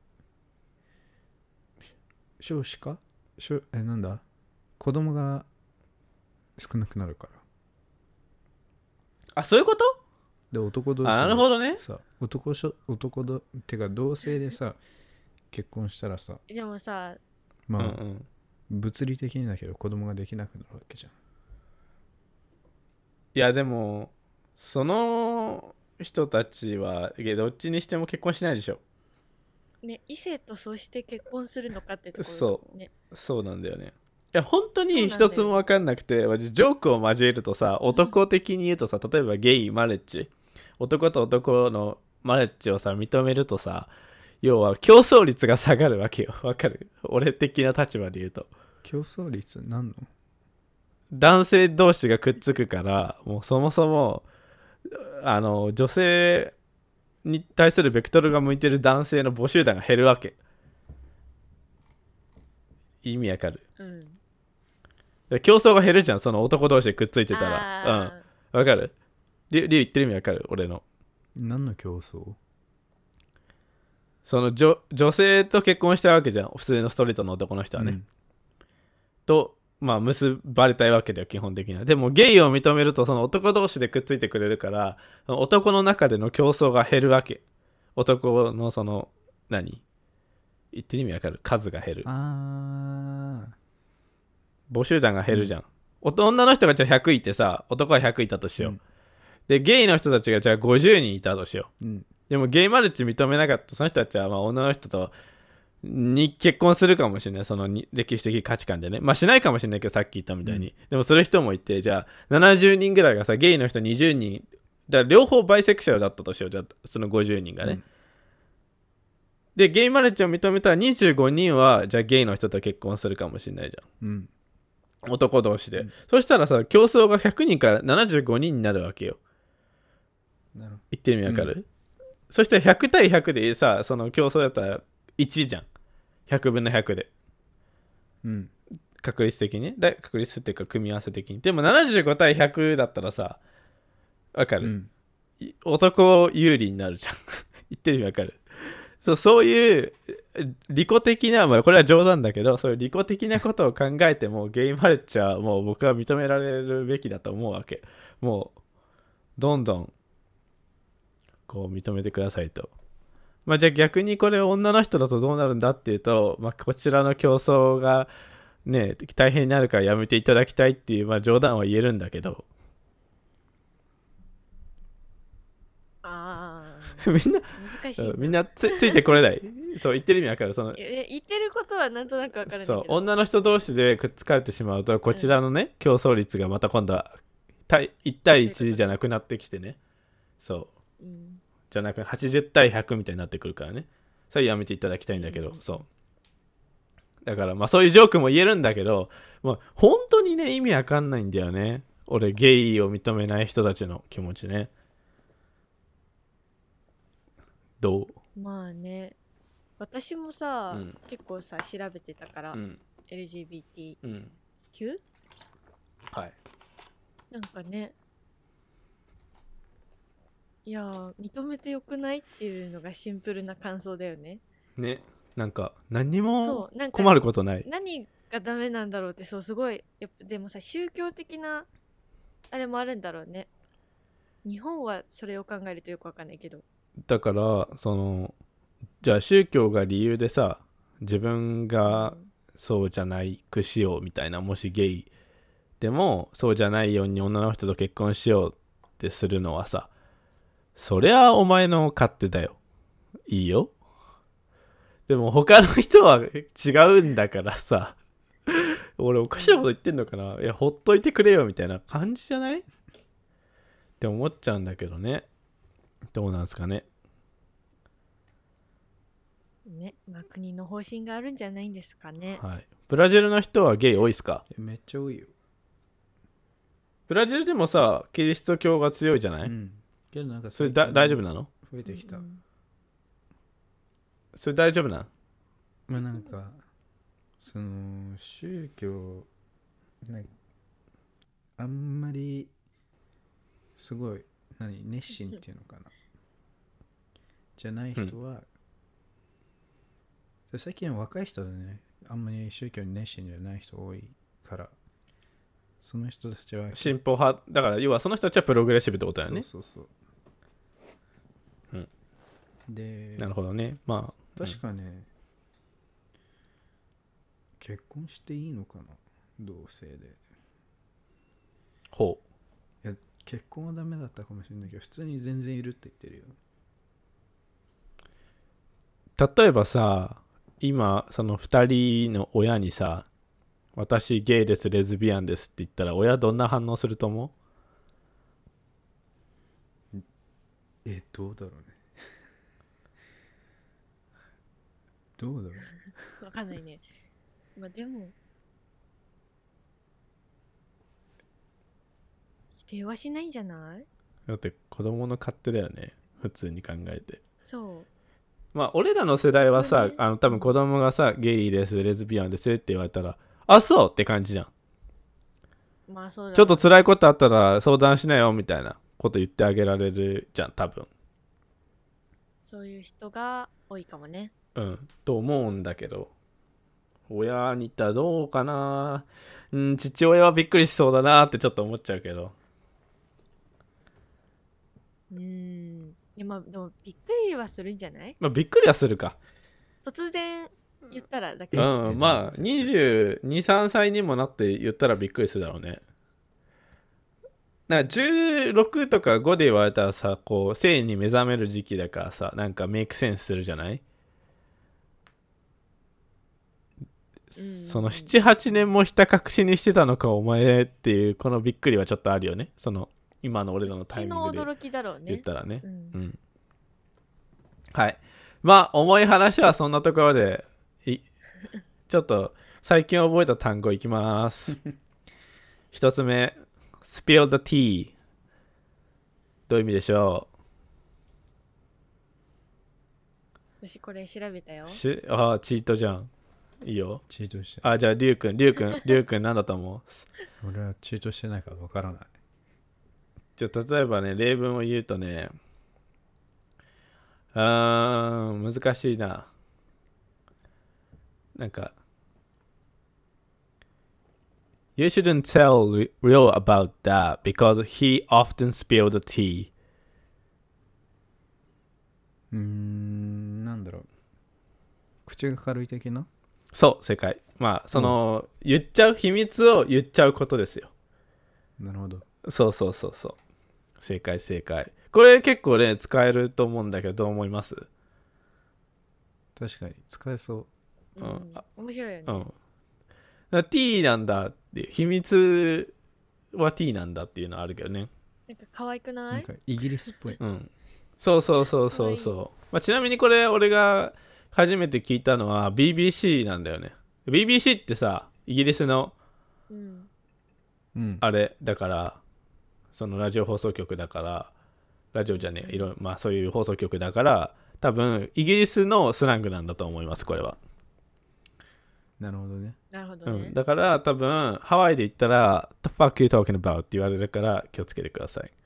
少子化少えなんだ子供が少なくなるから。 あ、そういうこと？ で男同士あ、 でなるほどね。 さ男しょ男どてか同性でさ結婚したらさでもさまあ、 うんうん物理的にだけど子供ができなくなるわけじゃん。 いやでもその人たちはいやどっちにしても結婚しないでしょ。 ね異性とそうして結婚するのかってところそねそうなんだよね。いや本当にそうなんだよ一つも分かんなくて、マジジョークを交えるとさ、男的に言うとさ、例えばゲイマレッジ、男と男のマレッジをさ認めるとさ、要は競争率が下がるわけよ。わかる？俺的な立場で言うと競争率なんの？ 男性同士がくっつくから、もうそもそもあの女性に対するベクトルが向いてる男性の母集団が減るわけ。意味わかる？ うんで競争が減るじゃん、その男同士でくっついてたら。うんあわかる？リュウリュウ言ってる意味わかる？俺の何の競争？ その女女性と結婚したわけじゃん、普通のストレートの男の人はね、 うんとまあ結ばれたいわけだよ基本的には。でもゲイを認めるとその男同士でくっついてくれるから、その男の中での競争が減るわけ。男のその何言ってる意味わかる？数が減る、 あ母集団が減るじゃん、お女の人がじゃあひゃくいてさ、男がひゃくいたとしよう、 うんでゲイの人たちがじゃあごじゅうにんいたとしよう。 ーうんでもゲイマルチ認めなかったその人たちはまあ女の人とに結婚するかもしれない、そのに歴史的価値観でね。まあしないかもしれないけどさっき言ったみたいに、 うんでもそういう人もいて、じゃあななじゅうにんぐらいがさゲイの人にじゅうにんだから両方バイセクシャルだったとしよう。じゃあそのごじゅうにんがね、 うんでゲイマルチを認めたらにじゅうごにんはじゃあゲイの人と結婚するかもしれないじゃん、 うん男同士で、 うんそしたらさ競争がひゃくにんからななじゅうごにんになるわけよ。 なるほど言ってる意味わかる？ そしたらひゃく対ひゃくでさ、その競争だったらいちじゃん。ひゃくぶんのひゃくで。 うん確率的にね。だ確率っていうか組み合わせ的に。でもななじゅうご対ひゃくだったらさ、わかる、 うんい男有利になるじゃん。言ってる意味わかる。そう、そういう利己的な、まあこれは冗談だけど、そういう利己的なことを考えてもゲイマルチはもう僕は認められるべきだと思うわけ。もうどんどんこう認めてくださいと。まあじゃあ逆にこれ女の人だとどうなるんだっていうと、まあこちらの競争がね大変になるからやめていただきたいっていう、まあ冗談は言えるんだけど、 あみんな難しいな。 みんな つ, ついてこれない。そう言ってる意味わかる。そのえ言ってることはなんとなくわかるんだけど。 そう女の人同士でくっつかれてしまうとこちらのね、競争率がまた今度は対いち対いちじゃなくなってきてね、そううんじゃなくはちじゅう対ひゃくみたいになってくるからね、それやめていただきたいんだけど、 うんそうだからまあそういうジョークも言えるんだけど、まあ、本当にね意味わかんないんだよね、俺ゲイを認めない人たちの気持ちね。どう？ まあね、私もさ、 うん結構さ調べてたから、 うんエルジービーティーキューうんはいなんかね、いやー認めてよくないっていうのがシンプルな感想だよね。 ね、なんか何にもそうなんか困ることない。 何がダメなんだろうって、そうすごいやっぱでもさ宗教的なあれもあるんだろうね。日本はそれを考えるとよくわかんないけど、 だからそのじゃあ宗教が理由でさ、自分がそうじゃないくしようみたいな、もしゲイでもそうじゃないように女の人と結婚しようってするのはさ、そりゃお前の勝手だよ、いいよ。でも他の人は違うんだからさ、俺おかしなこと言ってんのかな、いやほっといてくれよみたいな感じじゃないって思っちゃうんだけどね。どうなんですかね。 ね、まあ国の方針があるんじゃないんですかね。 はい。ブラジルの人はゲイ多いっすか？ めっちゃ多いよ。 ブラジルでもさ、キリスト教が強いじゃない？ うんけどなんかそれだ大丈夫なの？ 増えてきた。 うんそれ大丈夫なん？ まあなんかその宗教なんかあんまりすごい何熱心っていうのかなじゃない人は、で最近は若い人でねあんまり宗教に熱心じゃない人多いから、その人たちは進歩派だから、要はその人たちはプログレッシブってことだよね。 そうそうそう、 うんでなるほどね。まあ確かね、結婚していいのかな同性で。 ほいや結婚はダメだったかもしれないけど普通に全然いるって言ってるよ。 う。例えばさ、今そのふたりの親にさ、私ゲイですレズビアンですって言ったら親どんな反応すると思う？ えどうだろうねどうだろうわかんないね。まあでも否定はしないんじゃない？ だって子供の勝手だよね、普通に考えて。 そうまあ俺らの世代はさ、 ね、 あの多分子供がさ、ゲイですレズビアンですって言われたら、あそうって感じじゃん。 まあそうだ、ね、 ちょっと辛いことあったら相談しなよみたいなこと言ってあげられるじゃん多分。 そういう人が多いかもね。 うんと思うんだけど、親に言ったらどうかな。うん父親はびっくりしそうだなってちょっと思っちゃうけど。 うーんでもでもびっくりはするんじゃない？ まあびっくりはするか。 突然言ったらだけうど、 んまあにじゅうに、さんさいにもなって言ったらびっくりするだろうね。なんかじゅうろくとかごで言われたらさ、こう性に目覚める時期だからさ、なんかメイクセンスするじゃない？そのなな、はちねんもひた隠しにしてたのかお前っていうこのびっくりはちょっとあるよね。その今の俺らのタイミングでそっちの驚きだろうね。 言ったらね。 うんうん。はい。まあ重い話はそんなところでいちょっと最近覚えた単語いきます。一つ目、spill the tea。どういう意味でしょ私これ調べたよ。 しあーチートじゃん。いいよ。 チートしてあ、じゃあ、りゅうくん、りゅうくん、りゅうくん、なんだと思う？ 俺はチートしてないからわからない。 じゃあ、例えばね、例文を言うとね、うーん、難しいな。なんか、You shouldn't tell Real about that because he often spilled the tea. うーんなんだろう、口が軽い的な。 そう、正解。まあ、その、言っちゃう、秘密を言っちゃうことですよ。 なるほど。 そうそうそうそう。正解、正解。これ結構ね、使えると思うんだけど、どう思います？ 確かに使えそう。 うんうん面白いよね。 うん。だから T なんだっていう、秘密は T なんだっていうのはあるけどね。 なんか可愛くななんい？ かイギリスっぽい。 うん。そうそうそうそうそう。まあ、ちなみにこれ、俺が初めて聞いたのは ビービーシー なんだよね。ビービーシー ってさ、イギリスのうん。 うん。 あれだから、そのラジオ放送局だから、ラジオじゃねえ、いろまあそういう放送局だから、多分イギリスのスラングなんだと思います、これは。 なるほどね。 なるほどね。 うん、だから多分ハワイで言ったら The fuck you talking about って言われるから気をつけてください。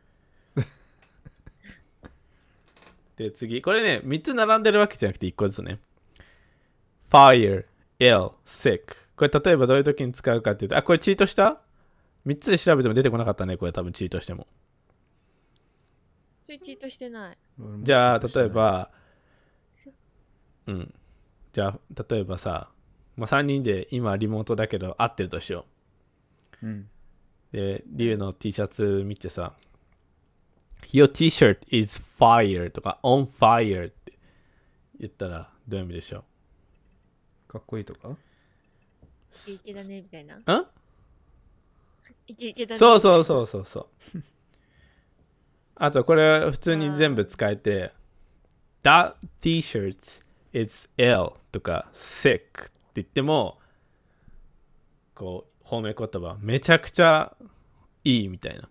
で次、これね、みっつ並んでるわけじゃなくていっこずつね。Fire, ill, sick。これ例えばどういう時に使うかっていうと、あ、これチートした？ みっ つで調べても出てこなかったね、これ多分チートしても。 それチートしてない。 俺もじゃあチートしてない例え、ば、うん。じゃあ例えばさ、まあ、さんにんで今リモートだけど会ってるとしようん。 う。で、リュウの T シャツ見てさ、Your T-shirt is fire とか on fire って言ったらどういう意味でしょかっこいいとか。 イケイケだねみたいな。 う？ん？ イケイケだね。 そうそうそうそうそう。あとこれ普通に全部使えて、That T-shirt is ill とか sick って言っても、こう褒め言葉めちゃくちゃいいみたいな。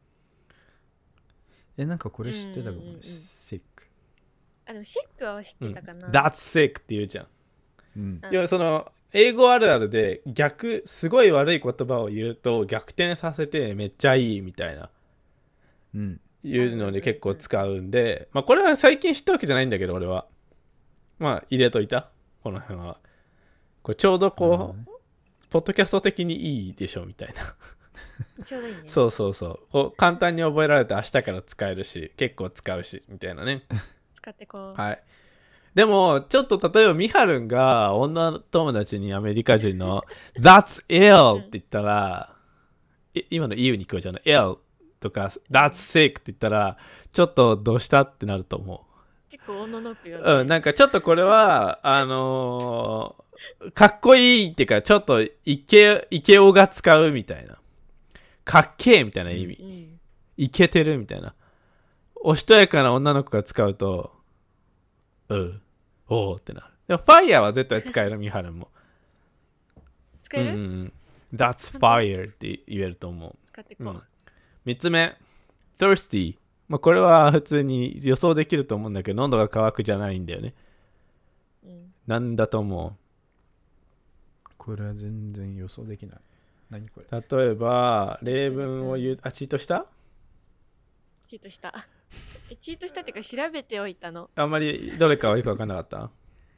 え、なんかこれ知ってたかもうんうんうんうん。 シック。 あ、でもシックは知っうん、 てたかな。 That's sick って言うじゃん。 うん。 うんいや、その英語あるあるで逆、すごい悪い言葉を言うと逆転させてめっちゃいいみたいなうん。 いうので結構使うんで、まあこれは最近知ったわけじゃないんだけど俺はまあ入れといた、この辺は。これちょうどこう、 なるほどねポッドキャスト的にいいでしょみたいな。 ちょうどいいね。 そうそうそう、こう簡単に覚えられて明日から使えるし結構使うしみたいなね。 使ってこう。 はい。でもちょっと例えばミハルンが女友達にアメリカ人の That's ill って言ったら、い今の イー に聞こえちゃうの ill とか That's sick って言ったらちょっとどうしたってなると思結構女の子よう。 ね。 うん、なんかちょっとこれはあのーかっこいいっていうかちょっとイケイケオが使うみたいな、かっけえみたいな意味、 うん。 イケてるみたいな、おしとやかな女の子が使うとうんおーってなる。でもファイヤーは絶対使えるミハルンも。 使える、 うんうんうん、That's fire って言えると思う。 使ってこう。 うん、みっつめ thirsty、まあ、これは普通に予想できると思うんだけど喉が渇くじゃないんだよね。 うん。 なんだと思これは全然予想できない。何これ。 う？例えば例文を言う、あチートした？ チートした。えチートしたっていうか調べておいたの。 あんまりどれかはよく分かんなかった。 い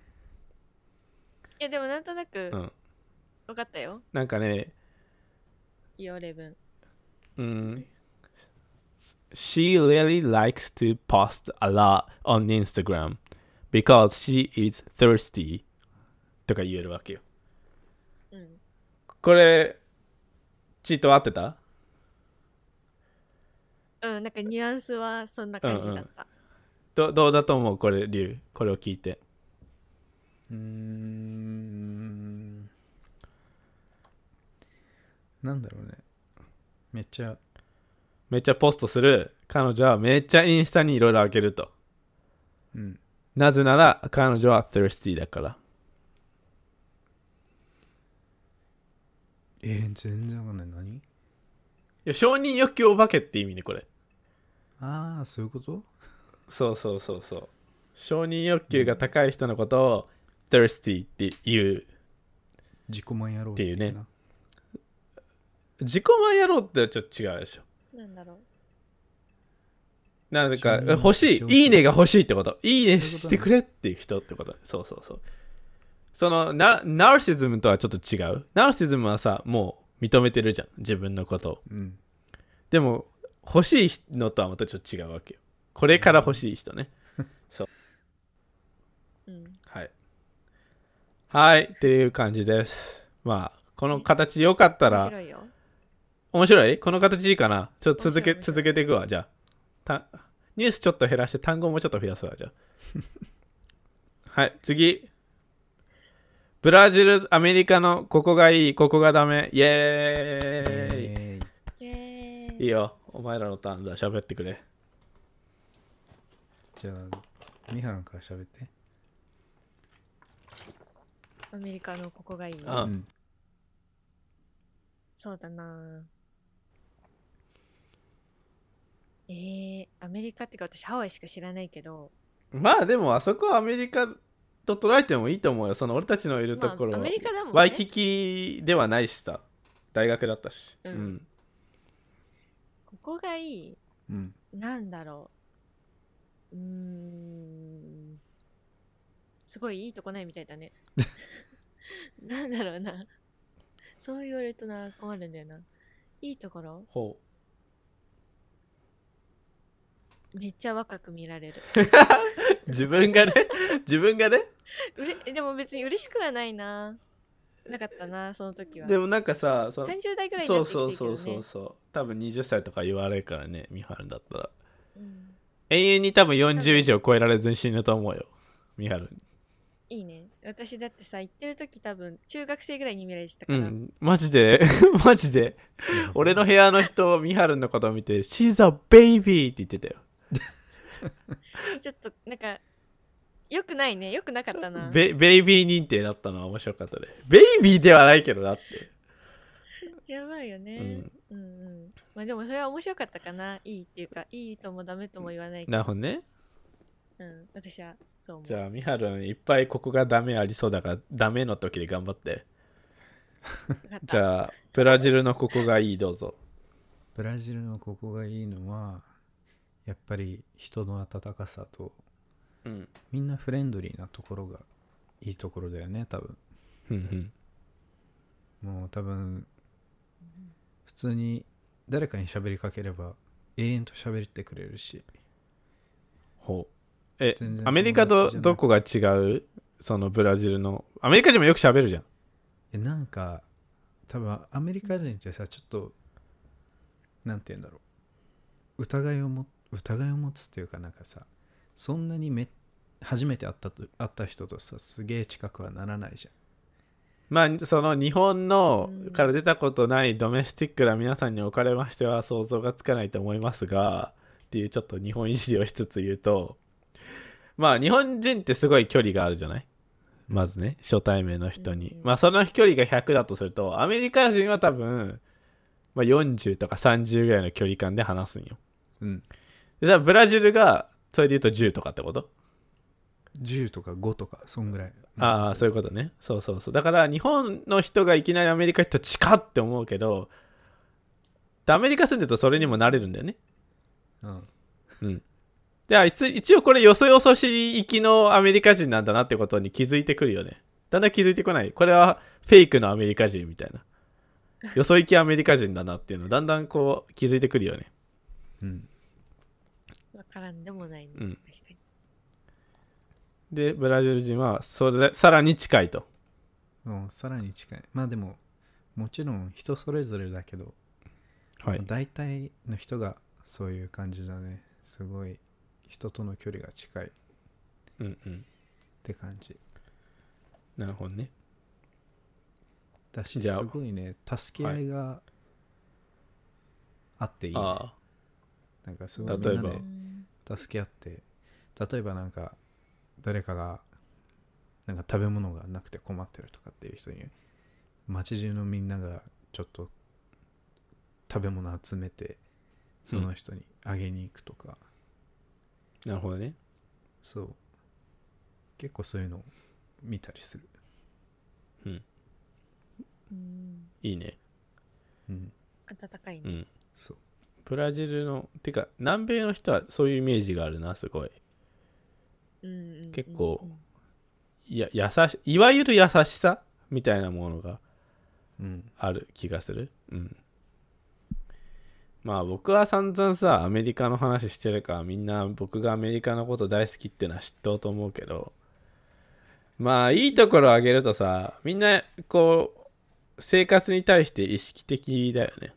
やでもなんとなくうん分かったよ。 なんかね、 いいよ例文。 うん、She really likes to post a lot on Instagram because she is thirsty とか言えるわけよ。 うん。 これチート合ってた？ うん、なんかニュアンスはそんな感じだった。 どどうだと思うこれ、リュウ、これを聞いて。 うーん。なんだろうね。めっちゃ、 めっちゃポストする彼女はめっちゃインスタにいろいろあげると。 うん。 なぜなら彼女は thirsty だから。 えー、全然わかんない。何？ いや承認欲求お化けって意味ねこれ。 ああ、そういうこと？ そうそうそうそう。 承認欲求が高い人のことを thirsty って言う。 自己満野郎っていうね的な。 自己満やろうってちょっと違うでしょ。 なんだろう。 なんか承認欲し承認い、いいねが欲しいってこと。いいねそういうことねしてくれっていう人ってこと。そうそうそう。そのナナルシズムとはちょっと違う。ナルシズムはさ、もう認めてるじゃん、自分のことを。 うん。 でも欲しいのとはまたちょっと違うわけよ。これから欲しい人ね。そう。 うん。 はい。はいっていう感じです。まあこの形よかったら面白いよ。 面白いこの形いいかな。ちょっと続け面白い面白い続けていくわ。じゃあたニュースちょっと減らして単語もちょっと増やすわ。じゃあはい次。ブラジルアメリカのここがいいここがダメイエーイ、 えーイエーイ。 いいよお前らのターンだ。喋ってくれ。 じゃあミハランから喋って。 アメリカのここがいい。 あうん。 そうだな。えー、アメリカってか私ハワイしか知らないけど、 まあでもあそこはアメリカと捉えてもいいと思うよ。その俺たちのいるところ、 まあ、アメリカだもんね。 ワイキキではないしさ、大学だったし、 うんうんここがいい。 うん。 なんだろう。うーん。すごいいいとこないみたいだね。なんだろうな。そう言われるとな、困るんだよな。いいところほめっちゃ若く見られる。 う自分がね自分がねうれでも別に嬉しくはないな。なかったな、その時は。 でもなんかさそさんじゅう代ぐらいにそうなってきてそうるけどね。 そうそうそう多分はたちとか言われるからね。ミハルだったらうん永遠に多分よんじゅう以上超えられずに死ぬと思うよミハル。 いいね。私だってさ、行ってる時多分中学生ぐらいに見られてたから。 うんマジでマジで俺の部屋の人ミハルのことを見て She's a baby って言ってたよ。 ちょっとなんか、よくないね。よくなかったな。 ベベイビー認定だったのは面白かったね。ベイビーではないけどだって。 やばいよね。うん、うん、うん。まあでもそれは面白かったかな。いいっていうか、いいともダメとも言わないけど。 なるほどね。 うん、私はそう思う。 じゃあミハルいっぱいここがダメありそうだからダメの時で頑張って。 わかったじゃあブラジルのここがいいどうぞ。 ブラジルのここがいいのはやっぱり人の温かさとうん。 みんなフレンドリーなところがいいところだよね。多分ふんふん。 もう多分普通に誰かに喋りかければ永遠と喋ってくれるし。 ほう。え全然アメリカとどこが違う？そのブラジルのアメリカ人もよく喋るじゃん。 えなんか多分アメリカ人ってさちょっとなんて言うんだろう疑いをも疑いを持つっていうかなんかさそんなにめ初めて会ったと会った人とさすげえ近くはならないじゃん。 まあその日本のうんから出たことないドメスティックな皆さんにおかれましては想像がつかないと思いますがっていうちょっと日本いじりをしつつ言うと、まあ日本人ってすごい距離があるじゃない。まずね初対面の人に、 うんまあその距離がひゃくだとするとアメリカ人は多分、まあ、よんじゅうとかさんじゅうぐらいの距離感で話すんよ。 うんで多分ブラジルがそれで言うとじゅうとかってこと。 じゅうとかごとかそんぐらい。 ああそういうことね。そうそうそう。だから日本の人がいきなりアメリカ人と近って思うけどアメリカ住んでるとそれにもなれるんだよね。 うんうん。であいつ一応これよそよそしい行きのアメリカ人なんだなってことに気づいてくるよね。だんだん気づいてこない。これはフェイクのアメリカ人みたいな。よそ行きアメリカ人だなっていうのだんだんこう気づいてくるよね。 うんわからんでもないね。 うん確かに。 でブラジル人はそれさらに近いと。 もうさらに近い。まあでももちろん人それぞれだけど、 はい。 大体の人がそういう感じだね。すごい人との距離が近いっうんうん。 て感じなるほどね。 だし、 じゃあすごいね助け合いがあっていい、ねあなんかすごい例えばみんなで助け合って例えばなんか誰かがなんか食べ物がなくて困ってるとかっていう人に街中のみんながちょっと食べ物集めてその人にあげに行くとか、 あなるほどね。 そう結構そういうのを見たりする。 うんうんいいね。 うん暖かいね、 うんそうブラジルのてか南米の人はそういうイメージがあるな。すごいうんうんうん、 結構いや優しいわゆる優しさみたいなものがうんある気がする。うんまあ僕は散々さアメリカの話してるからみんな僕がアメリカのこと大好きってのは知っとうと思うけど、まあいいところを挙げるとさ、みんなこう生活に対して意識的だよね。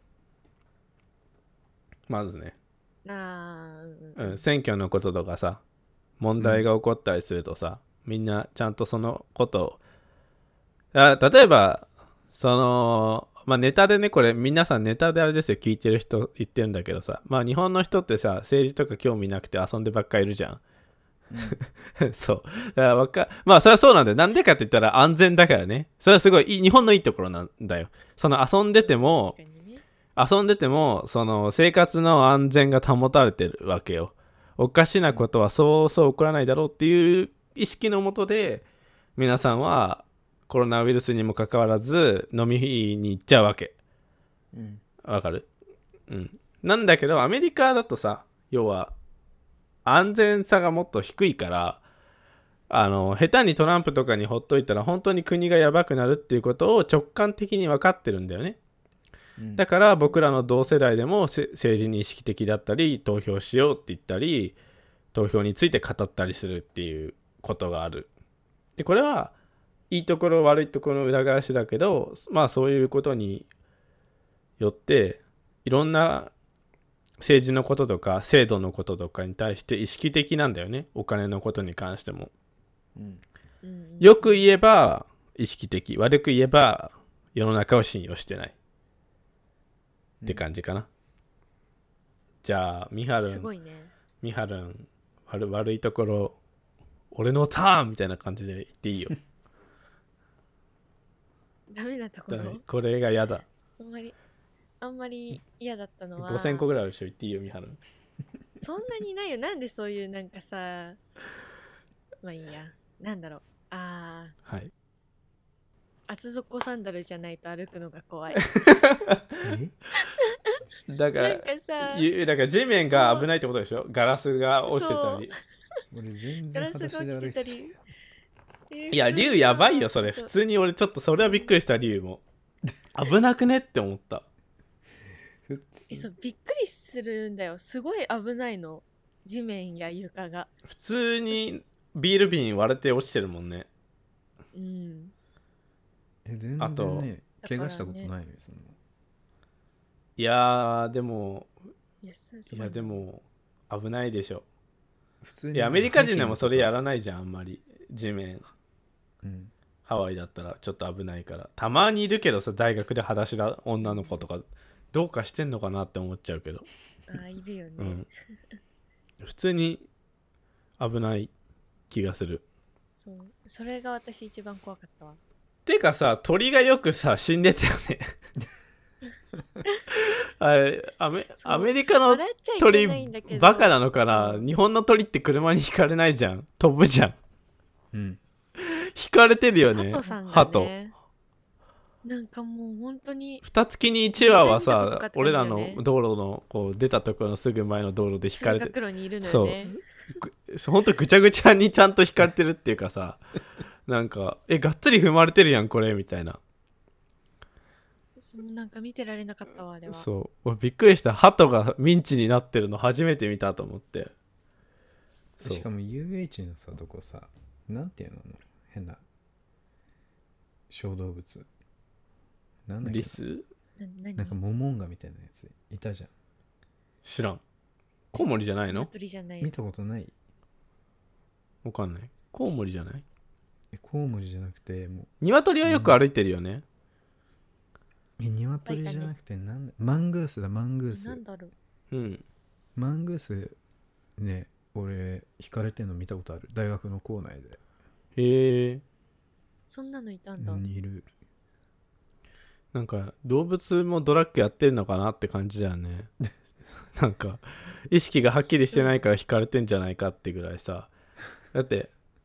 まずね、 あー、 うん、選挙のこととかさ問題が起こったりするとさ、みんなちゃんとそのことをあ例えばそのまあネタでね、これ皆さんネタであれですよ、聞いてる人言ってるんだけどさ、まあ日本の人ってさ政治とか興味なくて遊んでばっかいるじゃんそうだからわかまあそれはそうなんだよ。なんでかって言ったら安全だからね。それはすごいいい日本のいいところなんだよ。その遊んでても確かにね、 遊んでてもその生活の安全が保たれてるわけよ。おかしなことはそうそう起こらないだろうっていう意識のもとで皆さんはコロナウイルスにもかかわらず飲みに行っちゃうわけ。 うんわかる？うんなんだけどアメリカだとさ、要は安全さがもっと低いから、あの下手にトランプとかにほっといたら本当に国がやばくなるっていうことを直感的に分かってるんだよね。 うんだから僕らの同世代でもせ政治に意識的だったり投票しようって言ったり投票について語ったりするっていうことがある。でこれはいいところ悪いところの裏返しだけど、まあそういうことによっていろんな政治のこととか制度のこととかに対して意識的なんだよね。お金のことに関しても。 うんうんうん、 よく言えば意識的、悪く言えば世の中を信用してないって感じかな。じゃあミハルンすごいね。 ミハルン 悪, 悪いところ俺のターンみたいな感じで言っていいよ。 ダメなところこれが嫌だ。 あんまりあんまり嫌だったのはごせんこぐらいあるでしょ。言っていいよミハルン。 そんなにないよ。なんでそういうなんかさ、まあいいや、なんだろう、あーはい。 厚底サンダルじゃないと歩くのが怖い。 えだからなんかさ、 ゆだから地面が危ないってことでしょ。ガラスが落ちてたり。 俺全然ガラスが裸足で歩いてた落ちてたり。えーいや竜やばいよそれ。 ちょっと普通に俺ちょっとそれはびっくりした。竜も危なくねって思った。 普通えそうびっくりするんだよ。すごい危ないの、地面や床が。 普通にビール瓶割れて落ちてるもんね。 うん。 え全あと然ねだからね怪我したことないよそのいやーでもいやそれすいごいなやでも危ないでしょ。 普通にいやアメリカ人でもそれやららないじゃんあんまり。地面うんハワイだったらちょっと危ないから。たまにいるけどさ、大学で裸足だ女の子とかどうかしてんのかなって思っちゃうけど、 あーいるよね、 うん普通に危ない気がする。 そうそれが私一番怖かったわ。 てかさ、鳥がよくさ死んでたよねあれアメそうアメリカの笑っちゃいけ鳥ないんだけどバカなのかな。 そう日本の鳥って車にひかれないじゃん。飛ぶじゃん。 うんひかれてるよね。 ハトさんが鳩ね、なんかもう本当に二月にいち羽は絶対見たことかさ、 って感じだ俺らよねの道路のこう出たところのすぐ前の道路でひかれて、 通学路にいるのよね。 ほんとぐちゃぐちゃにちゃんとひかれてるっていうかさなんかえがっつり踏まれてるやんこれみたいな。 そうなんか見てられなかったわあれは。 そうびっくりした。鳩がミンチになってるの初めて見たと思って。そうしかも ユーエイチ のさとこさなんていうのあの変な小動物なんだっけなリスな何なんかモモンガみたいなやついたじゃん。 知らん。コウモリじゃないの？ 鳥じゃない見たことない？ わかんない。コウモリじゃない？ えコウモリじゃなくても鶏はよく歩いてるよね。 うえ鶏じゃなくてなんだマングースだマングースなんだろう。 うん。 マングースね俺引かれてんの見たことある大学の校内でへえ。 そんなのいたんだ。 いる。 なんか動物もドラッグやってんのかなって感じだよねなんか意識がはっきりしてないから引かれてんじゃないかってぐらいさ。だって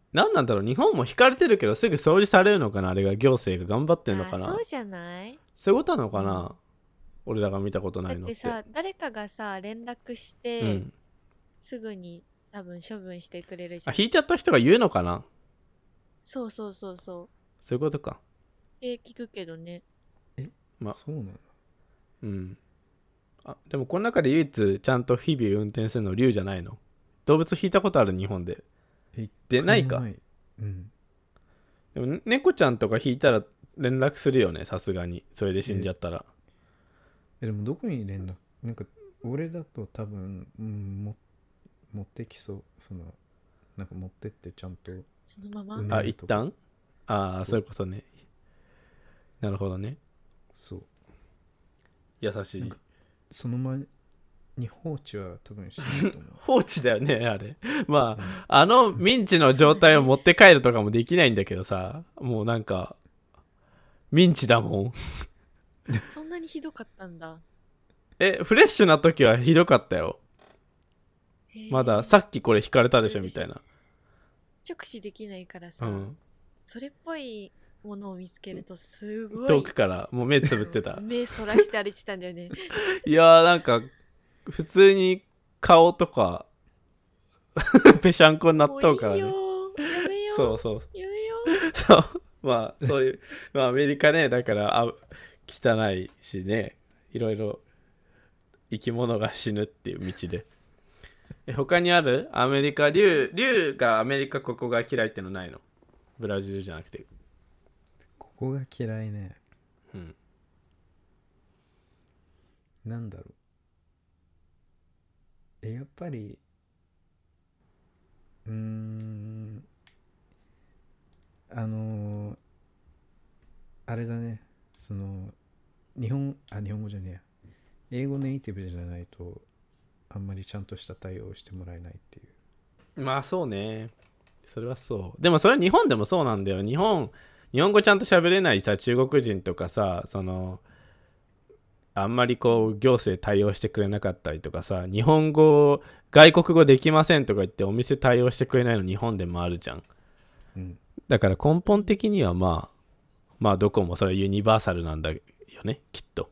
なんなんだろう、日本も引かれてるけどすぐ掃除されるのかな、あれが行政が頑張ってんのかな。 あそうじゃない？ そういうことなのかな、 うん俺らが見たことなだっいのっててさ、誰かがさ、連絡しうて、 ん。 すぐに多分処分してくれるじゃん。 あ、引いちゃった人が言うのかな。 そうそうそうそう。 そういうことか。 って聞くけどね。 まそうなの？ うんあでもこの中で唯一ちゃんと日々運転するの龍じゃないの？動物引いたことある日本で？ えでないか。 一回もない。うん。 でも猫ちゃんとか引いたら連絡するよね、さすがに。それで死んじゃったら。 えでもどこに連絡、なんか俺だと多分、うん、も持ってきそう。そのなんか持ってってちゃんと。 そのまま、 うんあ、一旦ああ、 そうそういうことね。なるほどね。 そう。 優しいなんか。その前に放置は多分しないと思う。 放置だよね、あれ。まうんあ、あのミンチの状態を持って帰るとかもできないんだけどさ、もうなんか、ミンチだもん。 そんなにひどかったんだ。 え、フレッシュな時はひどかったよ。 へーまださっきこれ引かれたでしょみたいな。 直視できないからさ、 うん。 それっぽいものを見つけるとすごい遠くからもう目つぶってた。 目そらして歩いてたんだよね。 いやーなんか、普通に顔とか、ぺしゃんこになっもうとうからね。 いいよーやめようそうそう。 やめよそう。まあ、そういう、まあアメリカね、だから、あ汚いしね、いろいろ生き物が死ぬっていう道で。え他にあるアメリカ、竜、竜がアメリカここが嫌いってのないの？ブラジルじゃなくて。 ここが嫌いね。 うん。 なんだろう。えやっぱりうーんあのーあれだね。その日本あ日本語じゃねえや、英語ネイティブじゃないとあんまりちゃんとした対応をしてもらえないっていう。 まあそうね。それはそう。でもそれは日本でもそうなんだよ。日本、日本語ちゃんと喋れないさ、中国人とかさ、その、あんまりこう行政対応してくれなかったりとかさ、日本語、外国語できませんとか言ってお店対応してくれないの日本でもあるじゃん。 うんだから根本的にはまあ、まあどこもそれはユニバーサルなんだよね、きっと。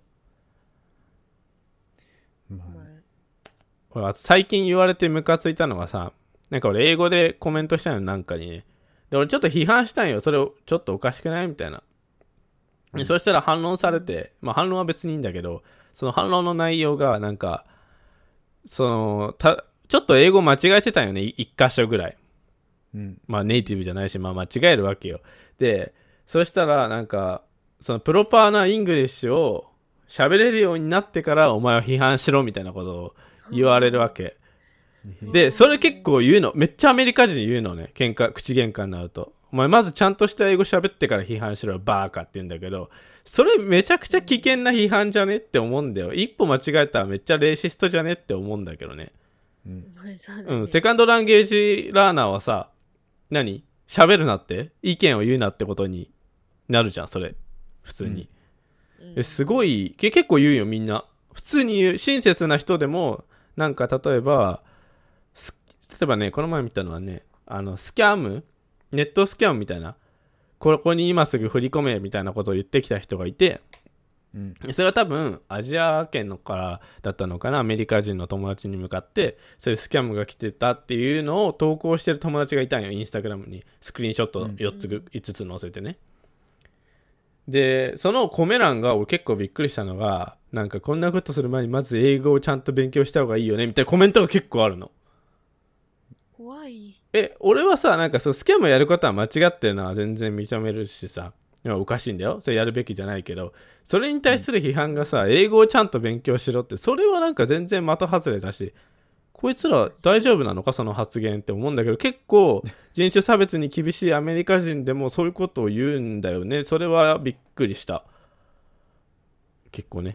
まう、まああほら最近言われてムカついたのがさ、なんか俺英語でコメントしたのなんかにね。で、俺ちょっと批判したんよ。それをちょっとおかしくないみたいな。でそしたら反論されて、まあ反論は別にいいんだけど、その反論の内容がなんか、その、た、ちょっと英語間違えてたんよね、い一箇所ぐらい。 うんまあネイティブじゃないし、まあ間違えるわけよ。で、そしたらなんか、そのプロパーなイングリッシュを喋れるようになってからお前は批判しろみたいなことを言われるわけ。で、それ結構言うの。めっちゃアメリカ人言うのね。喧嘩、口喧嘩になると。お前まずちゃんとした英語喋ってから批判しろよ、バーカって言うんだけど、それめちゃくちゃ危険な批判じゃねって思うんだよ。一歩間違えたらめっちゃレイシストじゃねって思うんだけどね。 うんまあそうだねうん、セカンドランゲージラーナーはさ、何喋るなって意見を言うなってことになるじゃん、それ。普通に。 うんえすごいけ結構言うよみんな普通に言う親切な人でもなんか例えばす例えばねこの前見たのはねあのスキャムネットスキャンみたいなここに今すぐ振り込めみたいなことを言ってきた人がいてうんそれは多分アジア圏のからだったのかなアメリカ人の友達に向かってそういうスキャムが来てたっていうのを投稿してる友達がいたんよインスタグラムにスクリーンショットよっつぐいつつ載せてねでそのコメ欄が俺結構びっくりしたのがなんかこんなことする前にまず英語をちゃんと勉強した方がいいよねみたいなコメントが結構あるの怖い。 え俺はさなんかそうスキャムやることは間違ってるのは全然認めるしさいやおかしいんだよそれやるべきじゃないけどそれに対する批判がさ、英語をちゃんと勉強しろってそれはなんか全然的外れだしこいつら大丈夫なのかその発言って思うんだけど結構人種差別に厳しいアメリカ人でもそういうことを言うんだよねそれはびっくりした結構ね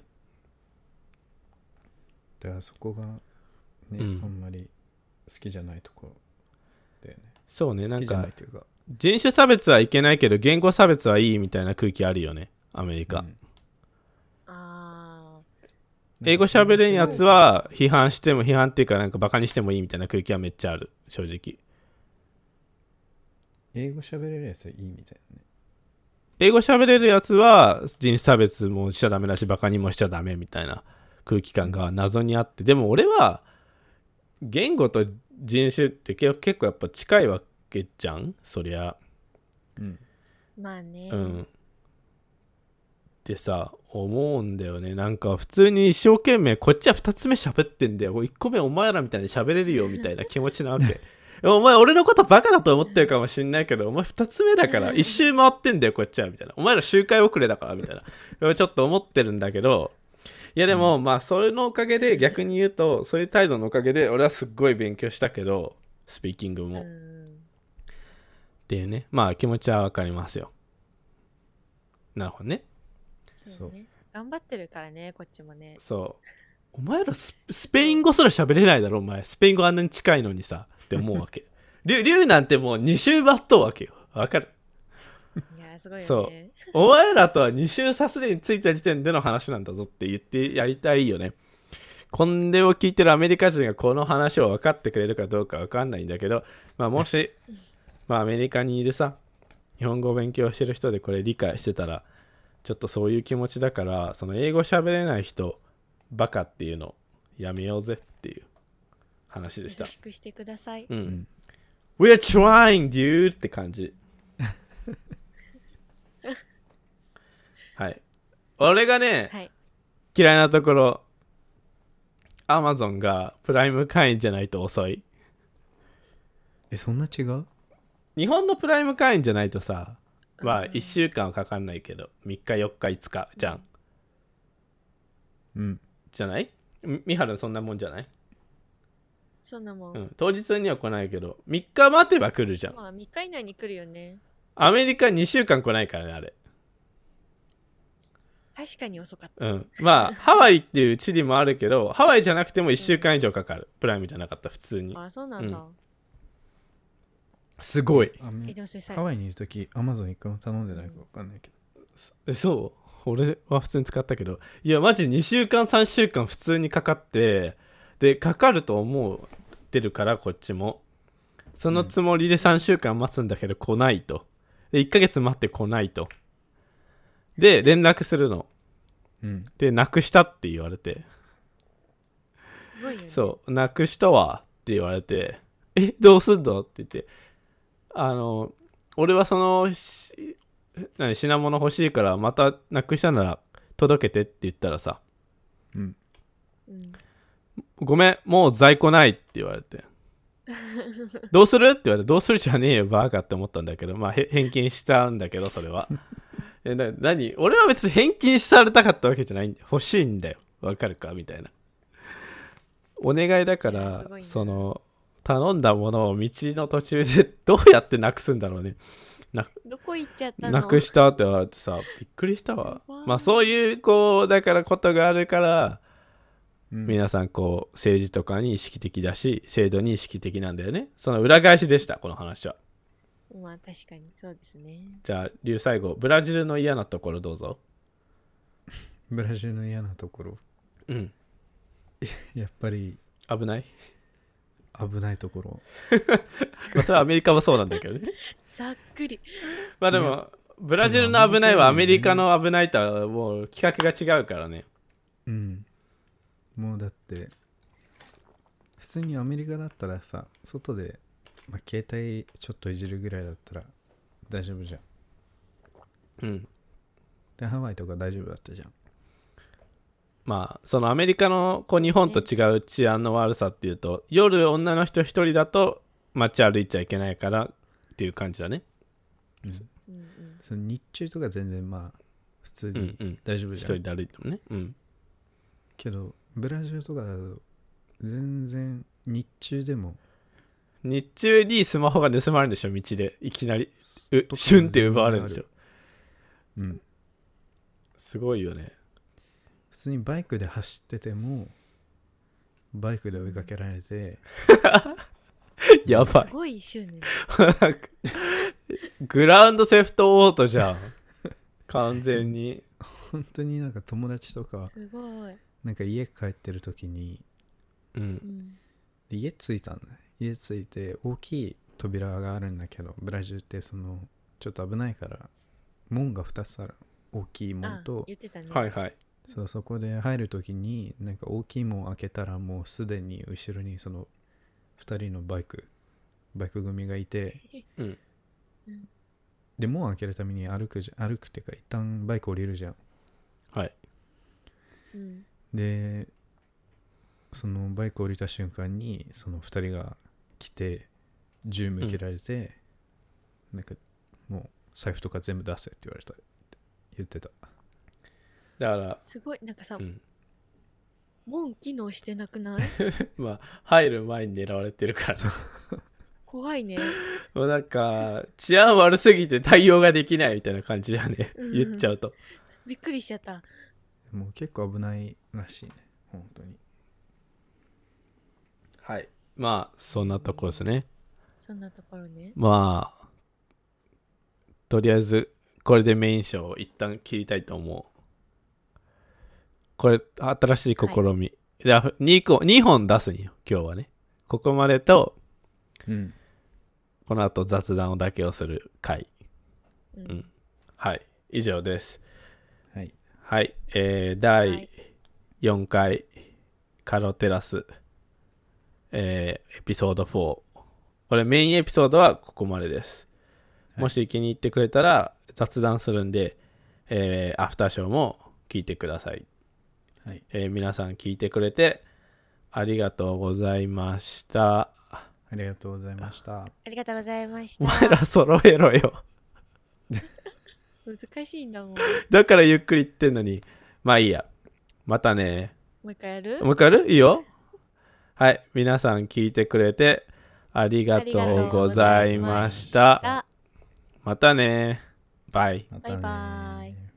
だからそこがね、 うんあんまり好きじゃないところだよね。 そうねなん好きじゃなかいというか人種差別はいけないけど言語差別はいいみたいな空気あるよねアメリカ、 うんあ英語喋れんやつは批判しても批判っていうかなんかバカにしてもいいみたいな空気はめっちゃある正直英語喋れるやつはいいみたいなね。 英語喋れるやつは人種差別もしちゃダメだしバカにもしちゃダメみたいな空気感が謎にあって、でも俺は言語と人種って結構やっぱ近いわけじゃん、そりゃ。 うんまあね、 うんってさ思うんだよね。なんか普通に一生懸命こっちはふたつめ喋ってんだよ、いっこめお前らみたいに喋れるよみたいな気持ちなわけお前俺のことバカだと思ってるかもしんないけど、お前ふたつめだから一周回ってんだよこっちはみたいな、お前ら周回遅れだからみたいなちょっと思ってるんだけど、いやでも、うん、まあそれのおかげで逆に言うとそういう態度のおかげで俺はすっごい勉強したけどスピーキングも、うん、っていうね、まあ気持ちはわかりますよ。なるほどね。 そうね、頑張ってるからねこっちもね。 そうお前ら ス, スペイン語すら喋れないだろお前、スペイン語あんなに近いのにさって思うわけリュウなんてもうに周バットわけよ、わかる。 いやすごいよね。 そうお前らとはに周さすでについた時点での話なんだぞって言ってやりたいよね。こんでを聞いてるアメリカ人がこの話を分かってくれるかどうか分かんないんだけど、まあもしまあアメリカにいるさ日本語を勉強してる人でこれ理解してたらちょっとそういう気持ちだから、その英語喋れない人バカっていうのやめようぜっていう話でした。 優しくしてください。 うん。We're trying, dude って感じ。はい。俺がね、はい、嫌いなところ、Amazon がプライム会員じゃないと遅い。 え、そんな違う？ 日本のプライム会員じゃないとさ、まあいっしゅうかんはかかんないけどみっかよっかいつかじゃん。 うんじゃない？みはるそんなもんじゃない？ そんなもん、 うん、当日には来ないけどみっか待てば来るじゃん。 まあみっか以内に来るよね。 アメリカにしゅうかん来ないからねあれ。 確かに遅かった。 うん、まあハワイっていう地理もあるけどハワイじゃなくてもいっしゅうかん以上かかる、うん、プライムじゃなかった普通に。 あ、そうなんだ、うん、 すごい。 ハワイにいるときアマゾンいっかいも頼んでないか分かんないけど。 え、そう俺は普通に使ったけど、いやマジにしゅうかんさんしゅうかん普通にかかって、でかかると思ってるからこっちもそのつもりでさんしゅうかん待つんだけど来ないと、でいっかげつ待って来ないと、で連絡するの、うん、でなくしたって言われて、 すごいよね、 そうなくしたわって言われて、えどうすんのって言って、あの俺はその何品物欲しいからまたなくしたなら届けてって言ったらさ、うん、ごめんもう在庫ないって言われてどうするって言われて、どうするじゃねえよバーカって思ったんだけど、まあ返金したんだけどそれはえな何俺は別に返金されたかったわけじゃないんだよ、欲しいんだよわかるかみたいなお願いだから、その頼んだものを道の途中でどうやってなくすんだろうね。などこ行っちゃったの？ なくしたって言われてさびっくりしたわ。まあそういうこうだからことがあるから、うん、皆さんこう政治とかに意識的だし制度に意識的なんだよね。その裏返しでしたこの話は。 まあ確かにそうですね。 じゃあリュウ最後ブラジルの嫌なところどうぞ。 ブラジルの嫌なところ、うんやっぱり危ない危ないところまあそれはアメリカもそうなんだけどねざっくり。 まあでもブラジルの危ないはアメリカの危ないとはもう規格が違うからね。 うんもうだって普通にアメリカだったらさ外で、まあ、携帯ちょっといじるぐらいだったら大丈夫じゃん。うんでハワイとか大丈夫だったじゃん。 まあそのアメリカのこう日本と違う治安の悪さっていうと、夜女の人一人だと街歩いちゃいけないからっていう感じだね。 うんうんうん、その日中とか全然まあ普通に大丈夫じゃん、 うんうん、一人で歩いてもね、うん、 けどブラジルとかだと全然日中でも日中にスマホが盗まれるんでしょ道でいきなりうシュンって奪われるんでしょ。うんすごいよね。 普通にバイクで走っててもバイクで追いかけられてやばいすごい一瞬ねグラウンドセフトオートじゃん完全に本当になんか友達とかすごいなんか家帰ってる時に、うん、で家着いたんだ家着いて大きい扉があるんだけど、ブラジルってそのちょっと危ないから門がふたつある。大きい門あ、 と、 言ってたね。 はいはい。 そう、そこで入るときになんか大きい門を開けたらもうすでに後ろにそのふたりのバイクバイク組がいて、 うん。 で門を開けるために歩くじゃ歩くっていうか一旦バイク降りるじゃん。 はい。 うん。 でそのバイク降りた瞬間にそのふたりが来て銃向けられて、なんかもう財布とか全部出せって言われた言ってた。 だから、 すごい、なんかさ、 うん。 門機能してなくない？ まあ、入る前に狙われてるから。 怖いね。 もうなんか、治安悪すぎて対応ができないみたいな感じだよね。 うん言っちゃうと。 びっくりしちゃった。 もう結構危ないらしいね、本当に。 はい。まあ、そんなとこですね。 そんなところね。 まあ、とりあえず、これでメインショーを一旦切りたいと思う。これ、新しい試み。で 2, 個にほん出すんよ、今日はね。ここまでと、 うん。 この後雑談をだけをする回。 ううんん。はい。以上です。 はい。 はい。えー、 は第いよんかい、カロテラス、えーエピソードフォー。これメインエピソードはここまでです。 はいもし気に入ってくれたら雑談するんで、えーアフターショーも聞いてください。 はい。 えー皆さん聞いてくれてありがとうございました。 ありがとうございました。 ありがとうございましおた。 前ら揃えろよ。 難しいんだもん。もだからゆっくり言ってんのに。まあいいや。またね。 う一回やる？ もう一回やる？いいよ。はい。皆さん聞いてくれてありがとうございました。またね。バイ。 またねー。 バイバイ